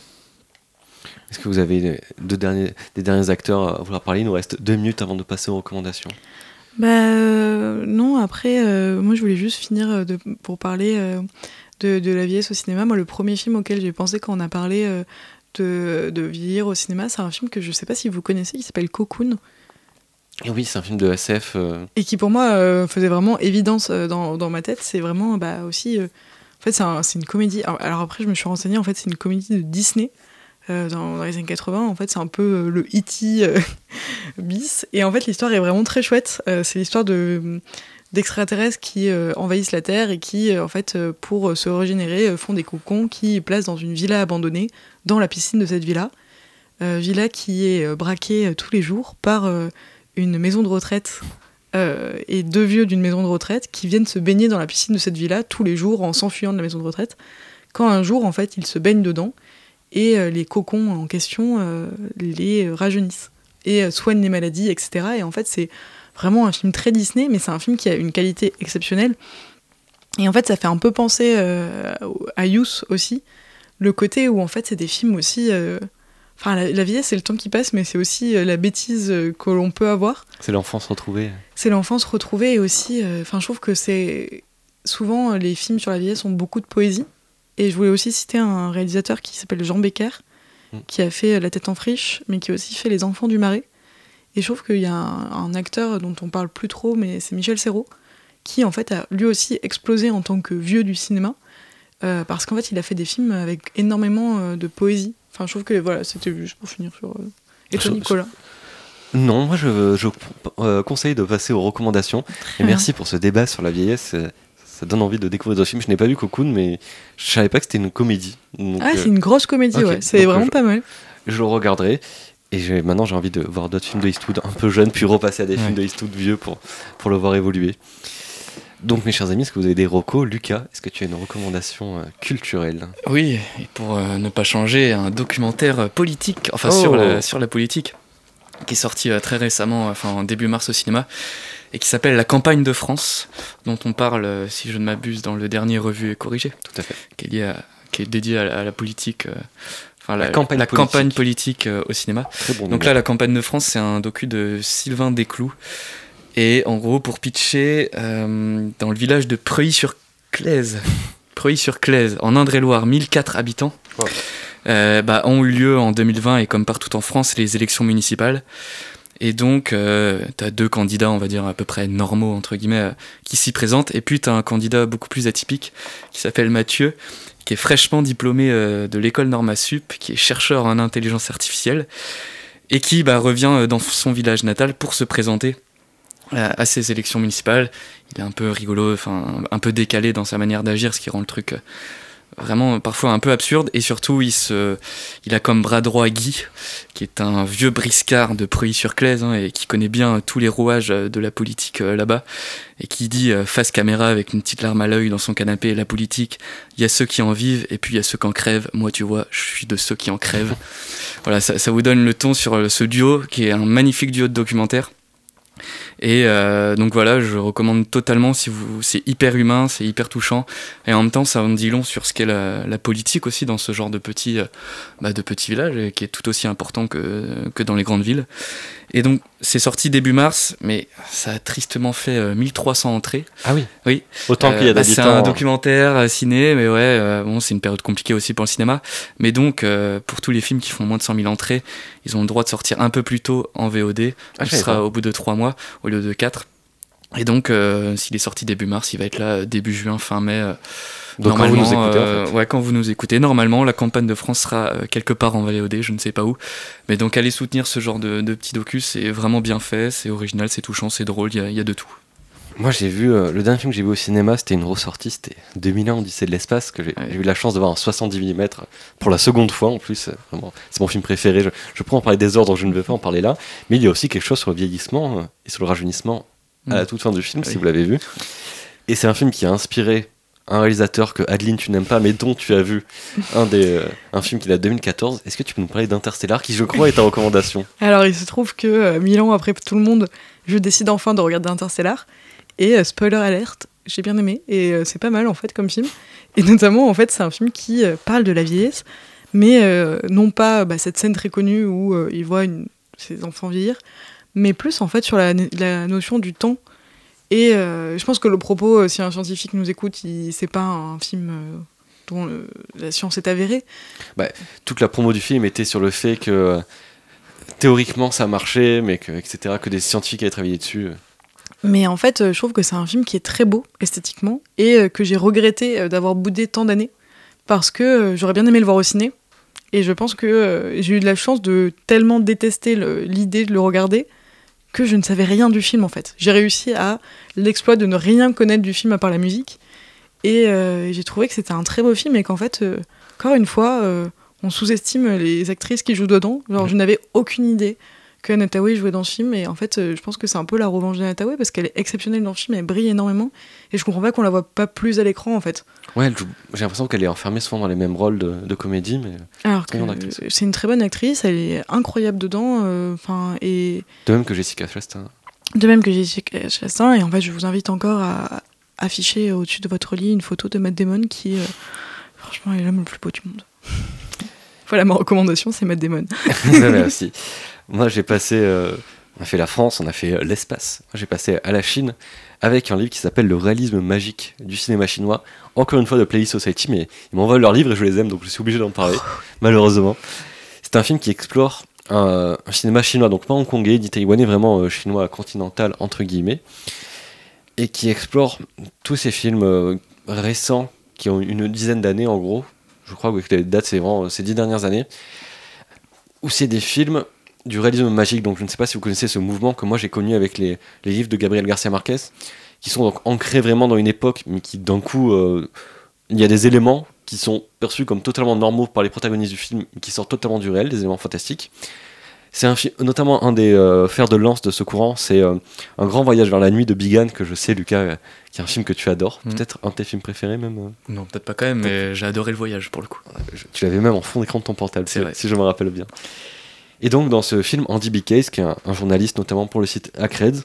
Est-ce que vous avez deux derniers, des derniers acteurs à vouloir parler? Il nous reste deux minutes avant de passer aux recommandations. Bah euh, non, après, euh, moi je voulais juste finir de, pour parler... Euh, De, de la vieillesse au cinéma. Moi, le premier film auquel j'ai pensé quand on a parlé euh, de, de vieillir au cinéma, c'est un film que je sais pas si vous connaissez, qui s'appelle Cocoon. Et oui, c'est un film de S F. Euh... Et qui pour moi euh, faisait vraiment évidence euh, dans, dans ma tête. C'est vraiment bah, aussi... Euh, en fait, c'est, un, c'est une comédie. Alors après, je me suis renseignée, en fait, c'est une comédie de Disney. Euh, dans, dans les années quatre-vingts, en fait, c'est un peu euh, le E T euh, bis. Et en fait, l'histoire est vraiment très chouette. Euh, c'est l'histoire de, d'extraterrestres qui euh, envahissent la Terre et qui, euh, en fait, euh, pour se régénérer, euh, font des cocons qui placent dans une villa abandonnée, dans la piscine de cette villa. Euh, villa qui est euh, braquée euh, tous les jours par euh, une maison de retraite euh, et deux vieux d'une maison de retraite qui viennent se baigner dans la piscine de cette villa tous les jours en s'enfuyant de la maison de retraite. Quand un jour, en fait, ils se baignent dedans, et euh, les cocons en question euh, les rajeunissent et euh, soignent les maladies, et cetera. Et en fait, c'est vraiment un film très Disney, mais c'est un film qui a une qualité exceptionnelle. Et en fait, ça fait un peu penser euh, à Youth aussi, le côté où en fait, c'est des films aussi... Euh... Enfin, la, la vieillesse, c'est le temps qui passe, mais c'est aussi euh, la bêtise euh, que l'on peut avoir. C'est l'enfance retrouvée. C'est l'enfance retrouvée, et aussi... Enfin, euh, je trouve que c'est... Souvent, les films sur la vieillesse ont beaucoup de poésie. Et je voulais aussi citer un réalisateur qui s'appelle Jean Becker, mmh. qui a fait La tête en friche, mais qui a aussi fait Les enfants du Marais. Et je trouve qu'il y a un, un acteur dont on parle plus trop, mais c'est Michel Serrault, qui en fait a lui aussi explosé en tant que vieux du cinéma, euh, parce qu'en fait il a fait des films avec énormément euh, de poésie. Enfin, je trouve que voilà, c'était juste pour finir sur... Euh... Et toi, Nicolas ? Non, moi je, je euh, conseille de passer aux recommandations. Très et merci bien. Pour ce débat sur la vieillesse. Ça donne envie de découvrir d'autres films. Je n'ai pas vu Cocoon, mais je savais pas que c'était une comédie. Donc, ah, c'est une grosse comédie, okay. ouais. C'est donc, vraiment je, pas mal. Je le regarderai. Et j'ai, maintenant, j'ai envie de voir d'autres films de Eastwood un peu jeunes, puis repasser à des ouais. films de Eastwood vieux pour, pour le voir évoluer. Donc, mes chers amis, est-ce que vous avez des recos ? Lucas, est-ce que tu as une recommandation euh, culturelle ? Oui, et pour euh, ne pas changer, un documentaire politique, enfin oh. sur, la, sur la politique, qui est sorti euh, très récemment, enfin en début mars au cinéma, et qui s'appelle La campagne de France, dont on parle, euh, si je ne m'abuse, dans le dernier Revu et Corrigé. Tout à fait. Qui est, lié à, qui est dédié à la, à la politique, euh, enfin la, la campagne la politique, campagne politique euh, au cinéma. Très bon Donc là, La campagne de France, c'est un docu de Sylvain Desclous. Et en gros, pour pitcher, euh, dans le village de Preuilly-sur-Claise, Preuilly-sur-Claise, en Indre-et-Loire, mille quatre habitants, wow. euh, bah, ont eu lieu en deux mille vingt, et comme partout en France, les élections municipales. Et donc, euh, t'as deux candidats, on va dire, à peu près normaux, entre guillemets, euh, qui s'y présentent. Et puis, t'as un candidat beaucoup plus atypique, qui s'appelle Mathieu, qui est fraîchement diplômé euh, de l'école Norma Sup, qui est chercheur en intelligence artificielle, et qui bah, revient dans son village natal pour se présenter euh, à ces élections municipales. Il est un peu rigolo, enfin, un peu décalé dans sa manière d'agir, ce qui rend le truc... Euh, vraiment parfois un peu absurde, et surtout il, se, il a comme bras droit Guy, qui est un vieux briscard de Preuilly-sur-Claise, hein, et qui connaît bien tous les rouages de la politique euh, là-bas, et qui dit euh, face caméra avec une petite larme à l'œil dans son canapé: la politique, il y a ceux qui en vivent et puis il y a ceux qui en crèvent, moi tu vois je suis de ceux qui en crèvent. Voilà, ça, ça vous donne le ton sur ce duo qui est un magnifique duo de documentaire. Et euh, donc voilà, je recommande totalement. Si vous, c'est hyper humain, c'est hyper touchant, et en même temps ça en dit long sur ce qu'est la, la politique aussi dans ce genre de petits, euh, bah, de petits villages, qui est tout aussi important que, que dans les grandes villes. Et donc c'est sorti début mars, mais ça a tristement fait euh, mille trois cents entrées. Ah oui. Oui. Autant euh, qu'il y a bah, d'habitants. C'est un documentaire euh, ciné, mais ouais, euh, bon, c'est une période compliquée aussi pour le cinéma. Mais donc euh, pour tous les films qui font moins de cent mille entrées, ils ont le droit de sortir un peu plus tôt en V O D. Ah, ce sera au bout de trois mois au lieu de quatre. Et donc, euh, s'il est sorti début mars, il va être là début juin, fin mai. Euh, donc quand vous nous écoutez, euh, en fait. Ouais, quand vous nous écoutez. Normalement, la campagne de France sera euh, quelque part en V O D, je ne sais pas où. Mais donc, allez soutenir ce genre de, de petits docus, c'est vraiment bien fait, c'est original, c'est touchant, c'est drôle, il y, y a de tout. Moi, j'ai vu, euh, le dernier film que j'ai vu au cinéma, c'était une ressortie, c'était deux mille un, Odyssée de l'espace, que j'ai, ouais. j'ai eu la chance de voir en soixante-dix millimètres pour la seconde fois en plus. Vraiment, c'est mon film préféré. Je, je pourrais en parler des heures, donc je ne vais pas en parler là. Mais il y a aussi quelque chose sur le vieillissement euh, et sur le rajeunissement à la toute fin du film, oui. si vous l'avez vu. Et c'est un film qui a inspiré un réalisateur que Adeline tu n'aimes pas, mais dont tu as vu un, des, euh, un film qu'il a deux mille quatorze. Est-ce que tu peux nous parler d'Interstellar, qui je crois est ta recommandation ? Alors il se trouve que euh, mille ans après tout le monde, je décide enfin de regarder Interstellar. Et euh, spoiler alerte, j'ai bien aimé, et euh, c'est pas mal en fait comme film. Et notamment en fait c'est un film qui euh, parle de la vieillesse, mais euh, non pas bah, cette scène très connue où euh, il voit une, ses enfants vieillir, mais plus en fait sur la, la notion du temps. Et euh, je pense que le propos, euh, si un scientifique nous écoute, il, c'est pas un film euh, dont euh, la science est avérée. Bah, toute la promo du film était sur le fait que théoriquement ça marchait, mais que, et cetera, que des scientifiques avaient travaillé dessus. Mais en fait, euh, je trouve que c'est un film qui est très beau esthétiquement et euh, que j'ai regretté euh, d'avoir boudé tant d'années parce que euh, j'aurais bien aimé le voir au ciné. Et je pense que euh, j'ai eu de la chance de tellement détester le, l'idée de le regarder que je ne savais rien du film en fait. J'ai réussi à l'exploit de ne rien connaître du film à part la musique. Et euh, j'ai trouvé que c'était un très beau film et qu'en fait, euh, encore une fois, euh, on sous-estime les actrices qui jouent dedans. Genre, ouais. Je n'avais aucune idée que Anne Hathaway jouait dans ce film. Et en fait, euh, je pense que c'est un peu la revanche d'Anne Hathaway parce qu'elle est exceptionnelle dans le film, elle brille énormément. Et je comprends pas qu'on la voit pas plus à l'écran en fait. Ouais, elle joue, j'ai l'impression qu'elle est enfermée souvent dans les mêmes rôles de, de comédie. Mais alors que c'est une très bonne actrice, elle est incroyable dedans. Enfin euh, et de même que Jessica Chastain. De même que Jessica Chastain. Et en fait, je vous invite encore à afficher au-dessus de votre lit une photo de Matt Damon qui, euh, franchement, est l'homme le plus beau du monde. Voilà, ma recommandation, c'est Matt Damon. Merci. Moi, j'ai passé... Euh, on a fait la France, on a fait euh, l'espace. Moi, j'ai passé à la Chine avec un livre qui s'appelle « Le réalisme magique du cinéma chinois ». Encore une fois, de Playlist Society, mais ils m'envoient leurs livres et je les aime, donc je suis obligé d'en parler, malheureusement. C'est un film qui explore un, un cinéma chinois, donc pas hongkongais, ni taïwanais, vraiment euh, chinois continental, entre guillemets, et qui explore tous ces films euh, récents qui ont une dizaine d'années en gros, je crois que les dates c'est vraiment ces dix dernières années, où c'est des films du réalisme magique. Donc je ne sais pas si vous connaissez ce mouvement que moi j'ai connu avec les, les livres de Gabriel Garcia Marquez, qui sont donc ancrés vraiment dans une époque, mais qui d'un coup, euh, il y a des éléments qui sont perçus comme totalement normaux par les protagonistes du film, qui sortent totalement du réel, des éléments fantastiques. C'est un film, notamment un des euh, fers de lance de ce courant, c'est euh, Un grand voyage vers la nuit de Bigan, que je sais, Lucas, euh, qui est un film que tu adores. Mmh. Peut-être un de tes films préférés même euh... Non, peut-être pas quand même, mais j'ai adoré le voyage pour le coup. Je, tu l'avais même en fond d'écran de ton portable, c'est vrai, si je me rappelle bien. Et donc, dans ce film, Andy B. Case, qui est un, un journaliste notamment pour le site Hackred,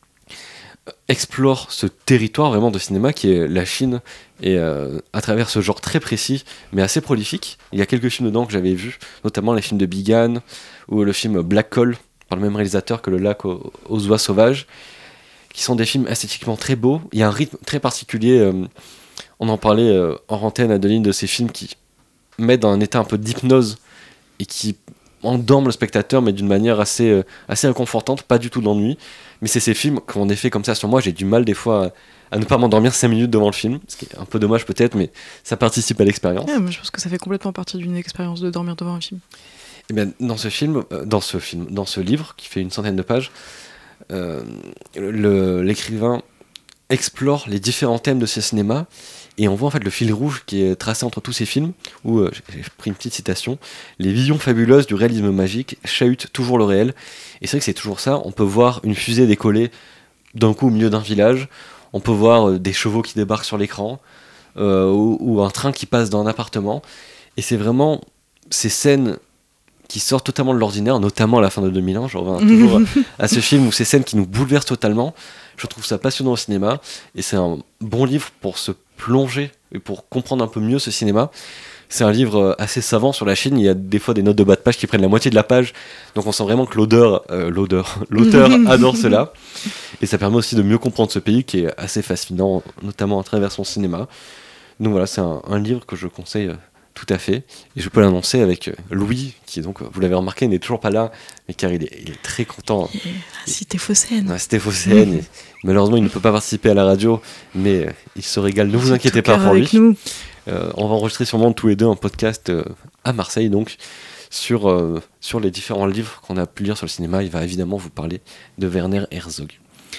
explore ce territoire vraiment de cinéma qui est la Chine, et euh, à travers ce genre très précis mais assez prolifique. Il y a quelques films dedans que j'avais vus, notamment les films de Bigan ou le film Black Hole par le même réalisateur que Le Lac aux, aux oies sauvages, qui sont des films esthétiquement très beaux. Il y a un rythme très particulier, euh, on en parlait euh, en antenne, Adeline, de ces films qui mettent dans un état un peu d'hypnose et qui endorment le spectateur, mais d'une manière assez, euh, assez réconfortante, pas du tout d'ennui. Mais c'est ces films qui ont des effets comme ça sur moi, j'ai du mal des fois à, à ne pas m'endormir cinq minutes devant le film, ce qui est un peu dommage peut-être, mais ça participe à l'expérience. Ouais, moi je pense que ça fait complètement partie d'une expérience de dormir devant un film. Et bien dans ce film, euh, dans ce film, dans ce livre qui fait une centaine de pages, euh, le, l'écrivain explore les différents thèmes de ce cinéma. Et on voit en fait le fil rouge qui est tracé entre tous ces films, où, euh, j'ai pris une petite citation, « Les visions fabuleuses du réalisme magique chahutent toujours le réel ». Et c'est vrai que c'est toujours ça, on peut voir une fusée décoller d'un coup au milieu d'un village, on peut voir euh, des chevaux qui débarquent sur l'écran, euh, ou, ou un train qui passe dans un appartement. Et c'est vraiment ces scènes qui sortent totalement de l'ordinaire, notamment à la fin de deux mille un, je reviens toujours à ce film, où ces scènes qui nous bouleversent totalement. Je trouve ça passionnant au cinéma, et c'est un bon livre pour se plonger et pour comprendre un peu mieux ce cinéma. C'est un livre assez savant sur la Chine, il y a des fois des notes de bas de page qui prennent la moitié de la page, donc on sent vraiment que l'odeur, euh, l'odeur, l'auteur adore cela, et ça permet aussi de mieux comprendre ce pays qui est assez fascinant, notamment à travers son cinéma. Donc voilà, c'est un, un livre que je conseille tout à fait, et je peux l'annoncer avec Louis, qui est donc, vous l'avez remarqué, n'est toujours pas là, mais car il est, il est très content. Cité Phocéenne. Ouais, Cité Phocéenne. Mmh. Malheureusement, il ne peut pas participer à la radio, mais il se régale, ne vous inquiétez pas pour lui. Euh, on va enregistrer sûrement tous les deux un podcast euh, à Marseille, donc, sur, euh, sur les différents livres qu'on a pu lire sur le cinéma. Il va évidemment vous parler de Werner Herzog.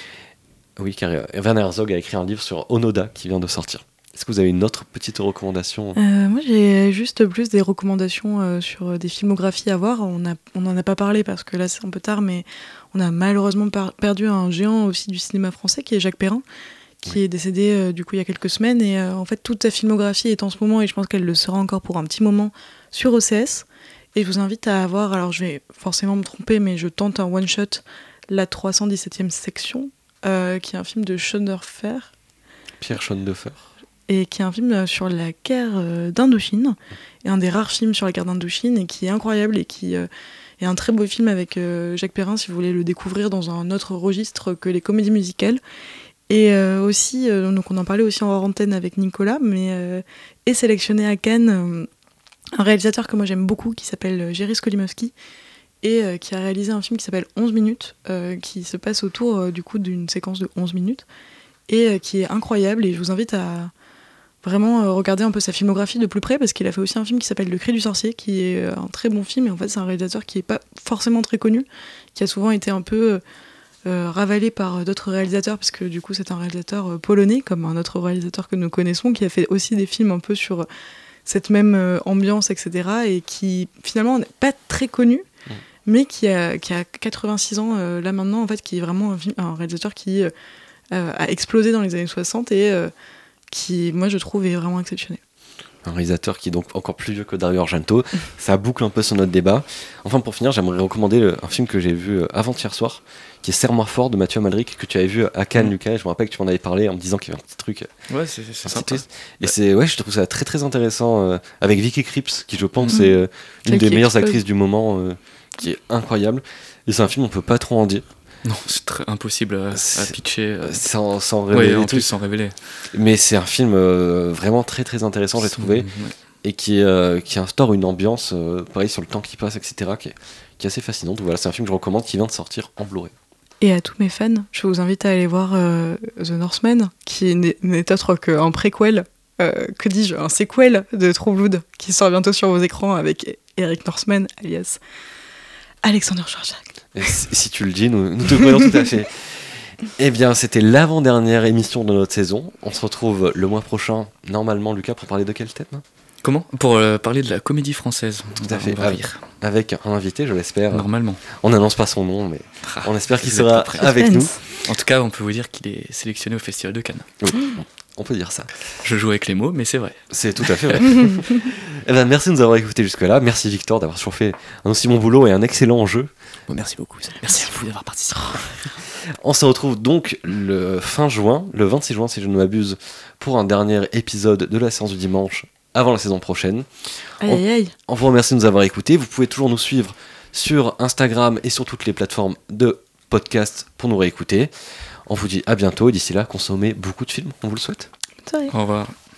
Oui, car euh, Werner Herzog a écrit un livre sur Onoda qui vient de sortir. Est-ce que vous avez une autre petite recommandation ? euh, Moi, j'ai juste plus des recommandations euh, sur des filmographies à voir. On a, on n'en a pas parlé parce que là, c'est un peu tard, mais on a malheureusement par- perdu un géant aussi du cinéma français, qui est Jacques Perrin, qui oui. est décédé euh, du coup il y a quelques semaines. Et euh, en fait, toute sa filmographie est en ce moment, et je pense qu'elle le sera encore pour un petit moment, sur O C S. Et je vous invite à avoir, alors je vais forcément me tromper, mais je tente un one-shot, La trois cent dix-septième section, euh, qui est un film de Schoenhofer. Pierre Schoenhofer. Et qui est un film sur la guerre d'Indochine, et un des rares films sur la guerre d'Indochine, et qui est incroyable, et qui euh, est un très beau film avec euh, Jacques Perrin, si vous voulez le découvrir dans un autre registre que les comédies musicales. Et euh, aussi, euh, donc on en parlait aussi en hors antenne avec Nicolas, mais euh, est sélectionné à Cannes euh, un réalisateur que moi j'aime beaucoup, qui s'appelle Jerry Skolimowski, et euh, qui a réalisé un film qui s'appelle onze minutes, euh, qui se passe autour euh, du coup d'une séquence de onze minutes, et euh, qui est incroyable, et je vous invite à vraiment euh, regarder un peu sa filmographie de plus près, parce qu'il a fait aussi un film qui s'appelle Le Cri du sorcier, qui est euh, un très bon film, et en fait c'est un réalisateur qui est pas forcément très connu, qui a souvent été un peu... Euh, Euh, ravalé par d'autres réalisateurs, parce que du coup c'est un réalisateur euh, polonais, comme un autre réalisateur que nous connaissons, qui a fait aussi des films un peu sur cette même euh, ambiance, et cetera, et qui finalement n'est pas très connu, mmh. mais qui a, qui a quatre-vingt-six ans euh, là maintenant, en fait, qui est vraiment un, film, un réalisateur qui euh, a explosé dans les années soixante et euh, qui, moi je trouve, est vraiment exceptionnel. Un réalisateur qui est donc encore plus vieux que Dario Argento. Ça boucle un peu sur notre débat. Enfin, pour finir, j'aimerais recommander le, un film que j'ai vu avant-hier soir, qui est Serre-moi fort de Mathieu Amalric, que tu avais vu à Cannes, mmh. Lucas. Et je me rappelle que tu m'en avais parlé en me disant qu'il y avait un petit truc. Ouais, c'est, c'est sympa. Et ouais. c'est, ouais, je trouve ça très très intéressant. Euh, avec Vicky Krieps, qui je pense mmh. est euh, une des meilleures explose. actrices du moment, euh, qui est incroyable. Et c'est un film, on peut pas trop en dire. Non, c'est très impossible à, à pitcher. Euh... Sans, sans révéler. Oui, en plus, sans révéler. Mais c'est un film euh, vraiment très très intéressant, j'ai trouvé. Ouais. Et qui, euh, qui instaure une ambiance, euh, pareil, sur le temps qui passe, et cetera, qui est, qui est assez fascinante. Donc voilà, c'est un film que je recommande, qui vient de sortir en Blu-ray. Et à tous mes fans, je vous invite à aller voir euh, The Northman, qui n'est, n'est autre qu'un préquel, euh, que dis-je, un sequel de True Blood, qui sort bientôt sur vos écrans avec Eric Northman, alias Alexander Schwarzenegger. Et si, si tu le dis, nous, nous te croyons tout à fait. Eh bien, c'était l'avant-dernière émission de notre saison. On se retrouve le mois prochain, normalement, Lucas, pour parler de quel thème ? Comment ? Pour euh, parler de la comédie française. Tout à fait, avec, avec un invité, je l'espère. Normalement. On n'annonce pas son nom, mais ah, on espère qu'il sera prêt. avec nous. En tout cas, on peut vous dire qu'il est sélectionné au Festival de Cannes. Oui, on peut dire ça. Je joue avec les mots, mais c'est vrai. C'est tout à fait vrai. Eh ben, merci de nous avoir écoutés jusque-là. Merci Victor d'avoir toujours fait un aussi bon boulot et un excellent jeu. Bon, merci beaucoup. Merci à vous d'avoir participé. On se retrouve donc le fin juin, le vingt-six juin si je ne m'abuse, pour un dernier épisode de la séance du dimanche avant la saison prochaine. Aïe, aïe, aïe. On, on vous remercie de nous avoir écoutés. Vous pouvez toujours nous suivre sur Instagram et sur toutes les plateformes de podcast pour nous réécouter. On vous dit à bientôt et d'ici là, consommez beaucoup de films. On vous le souhaite. Salut. Au revoir.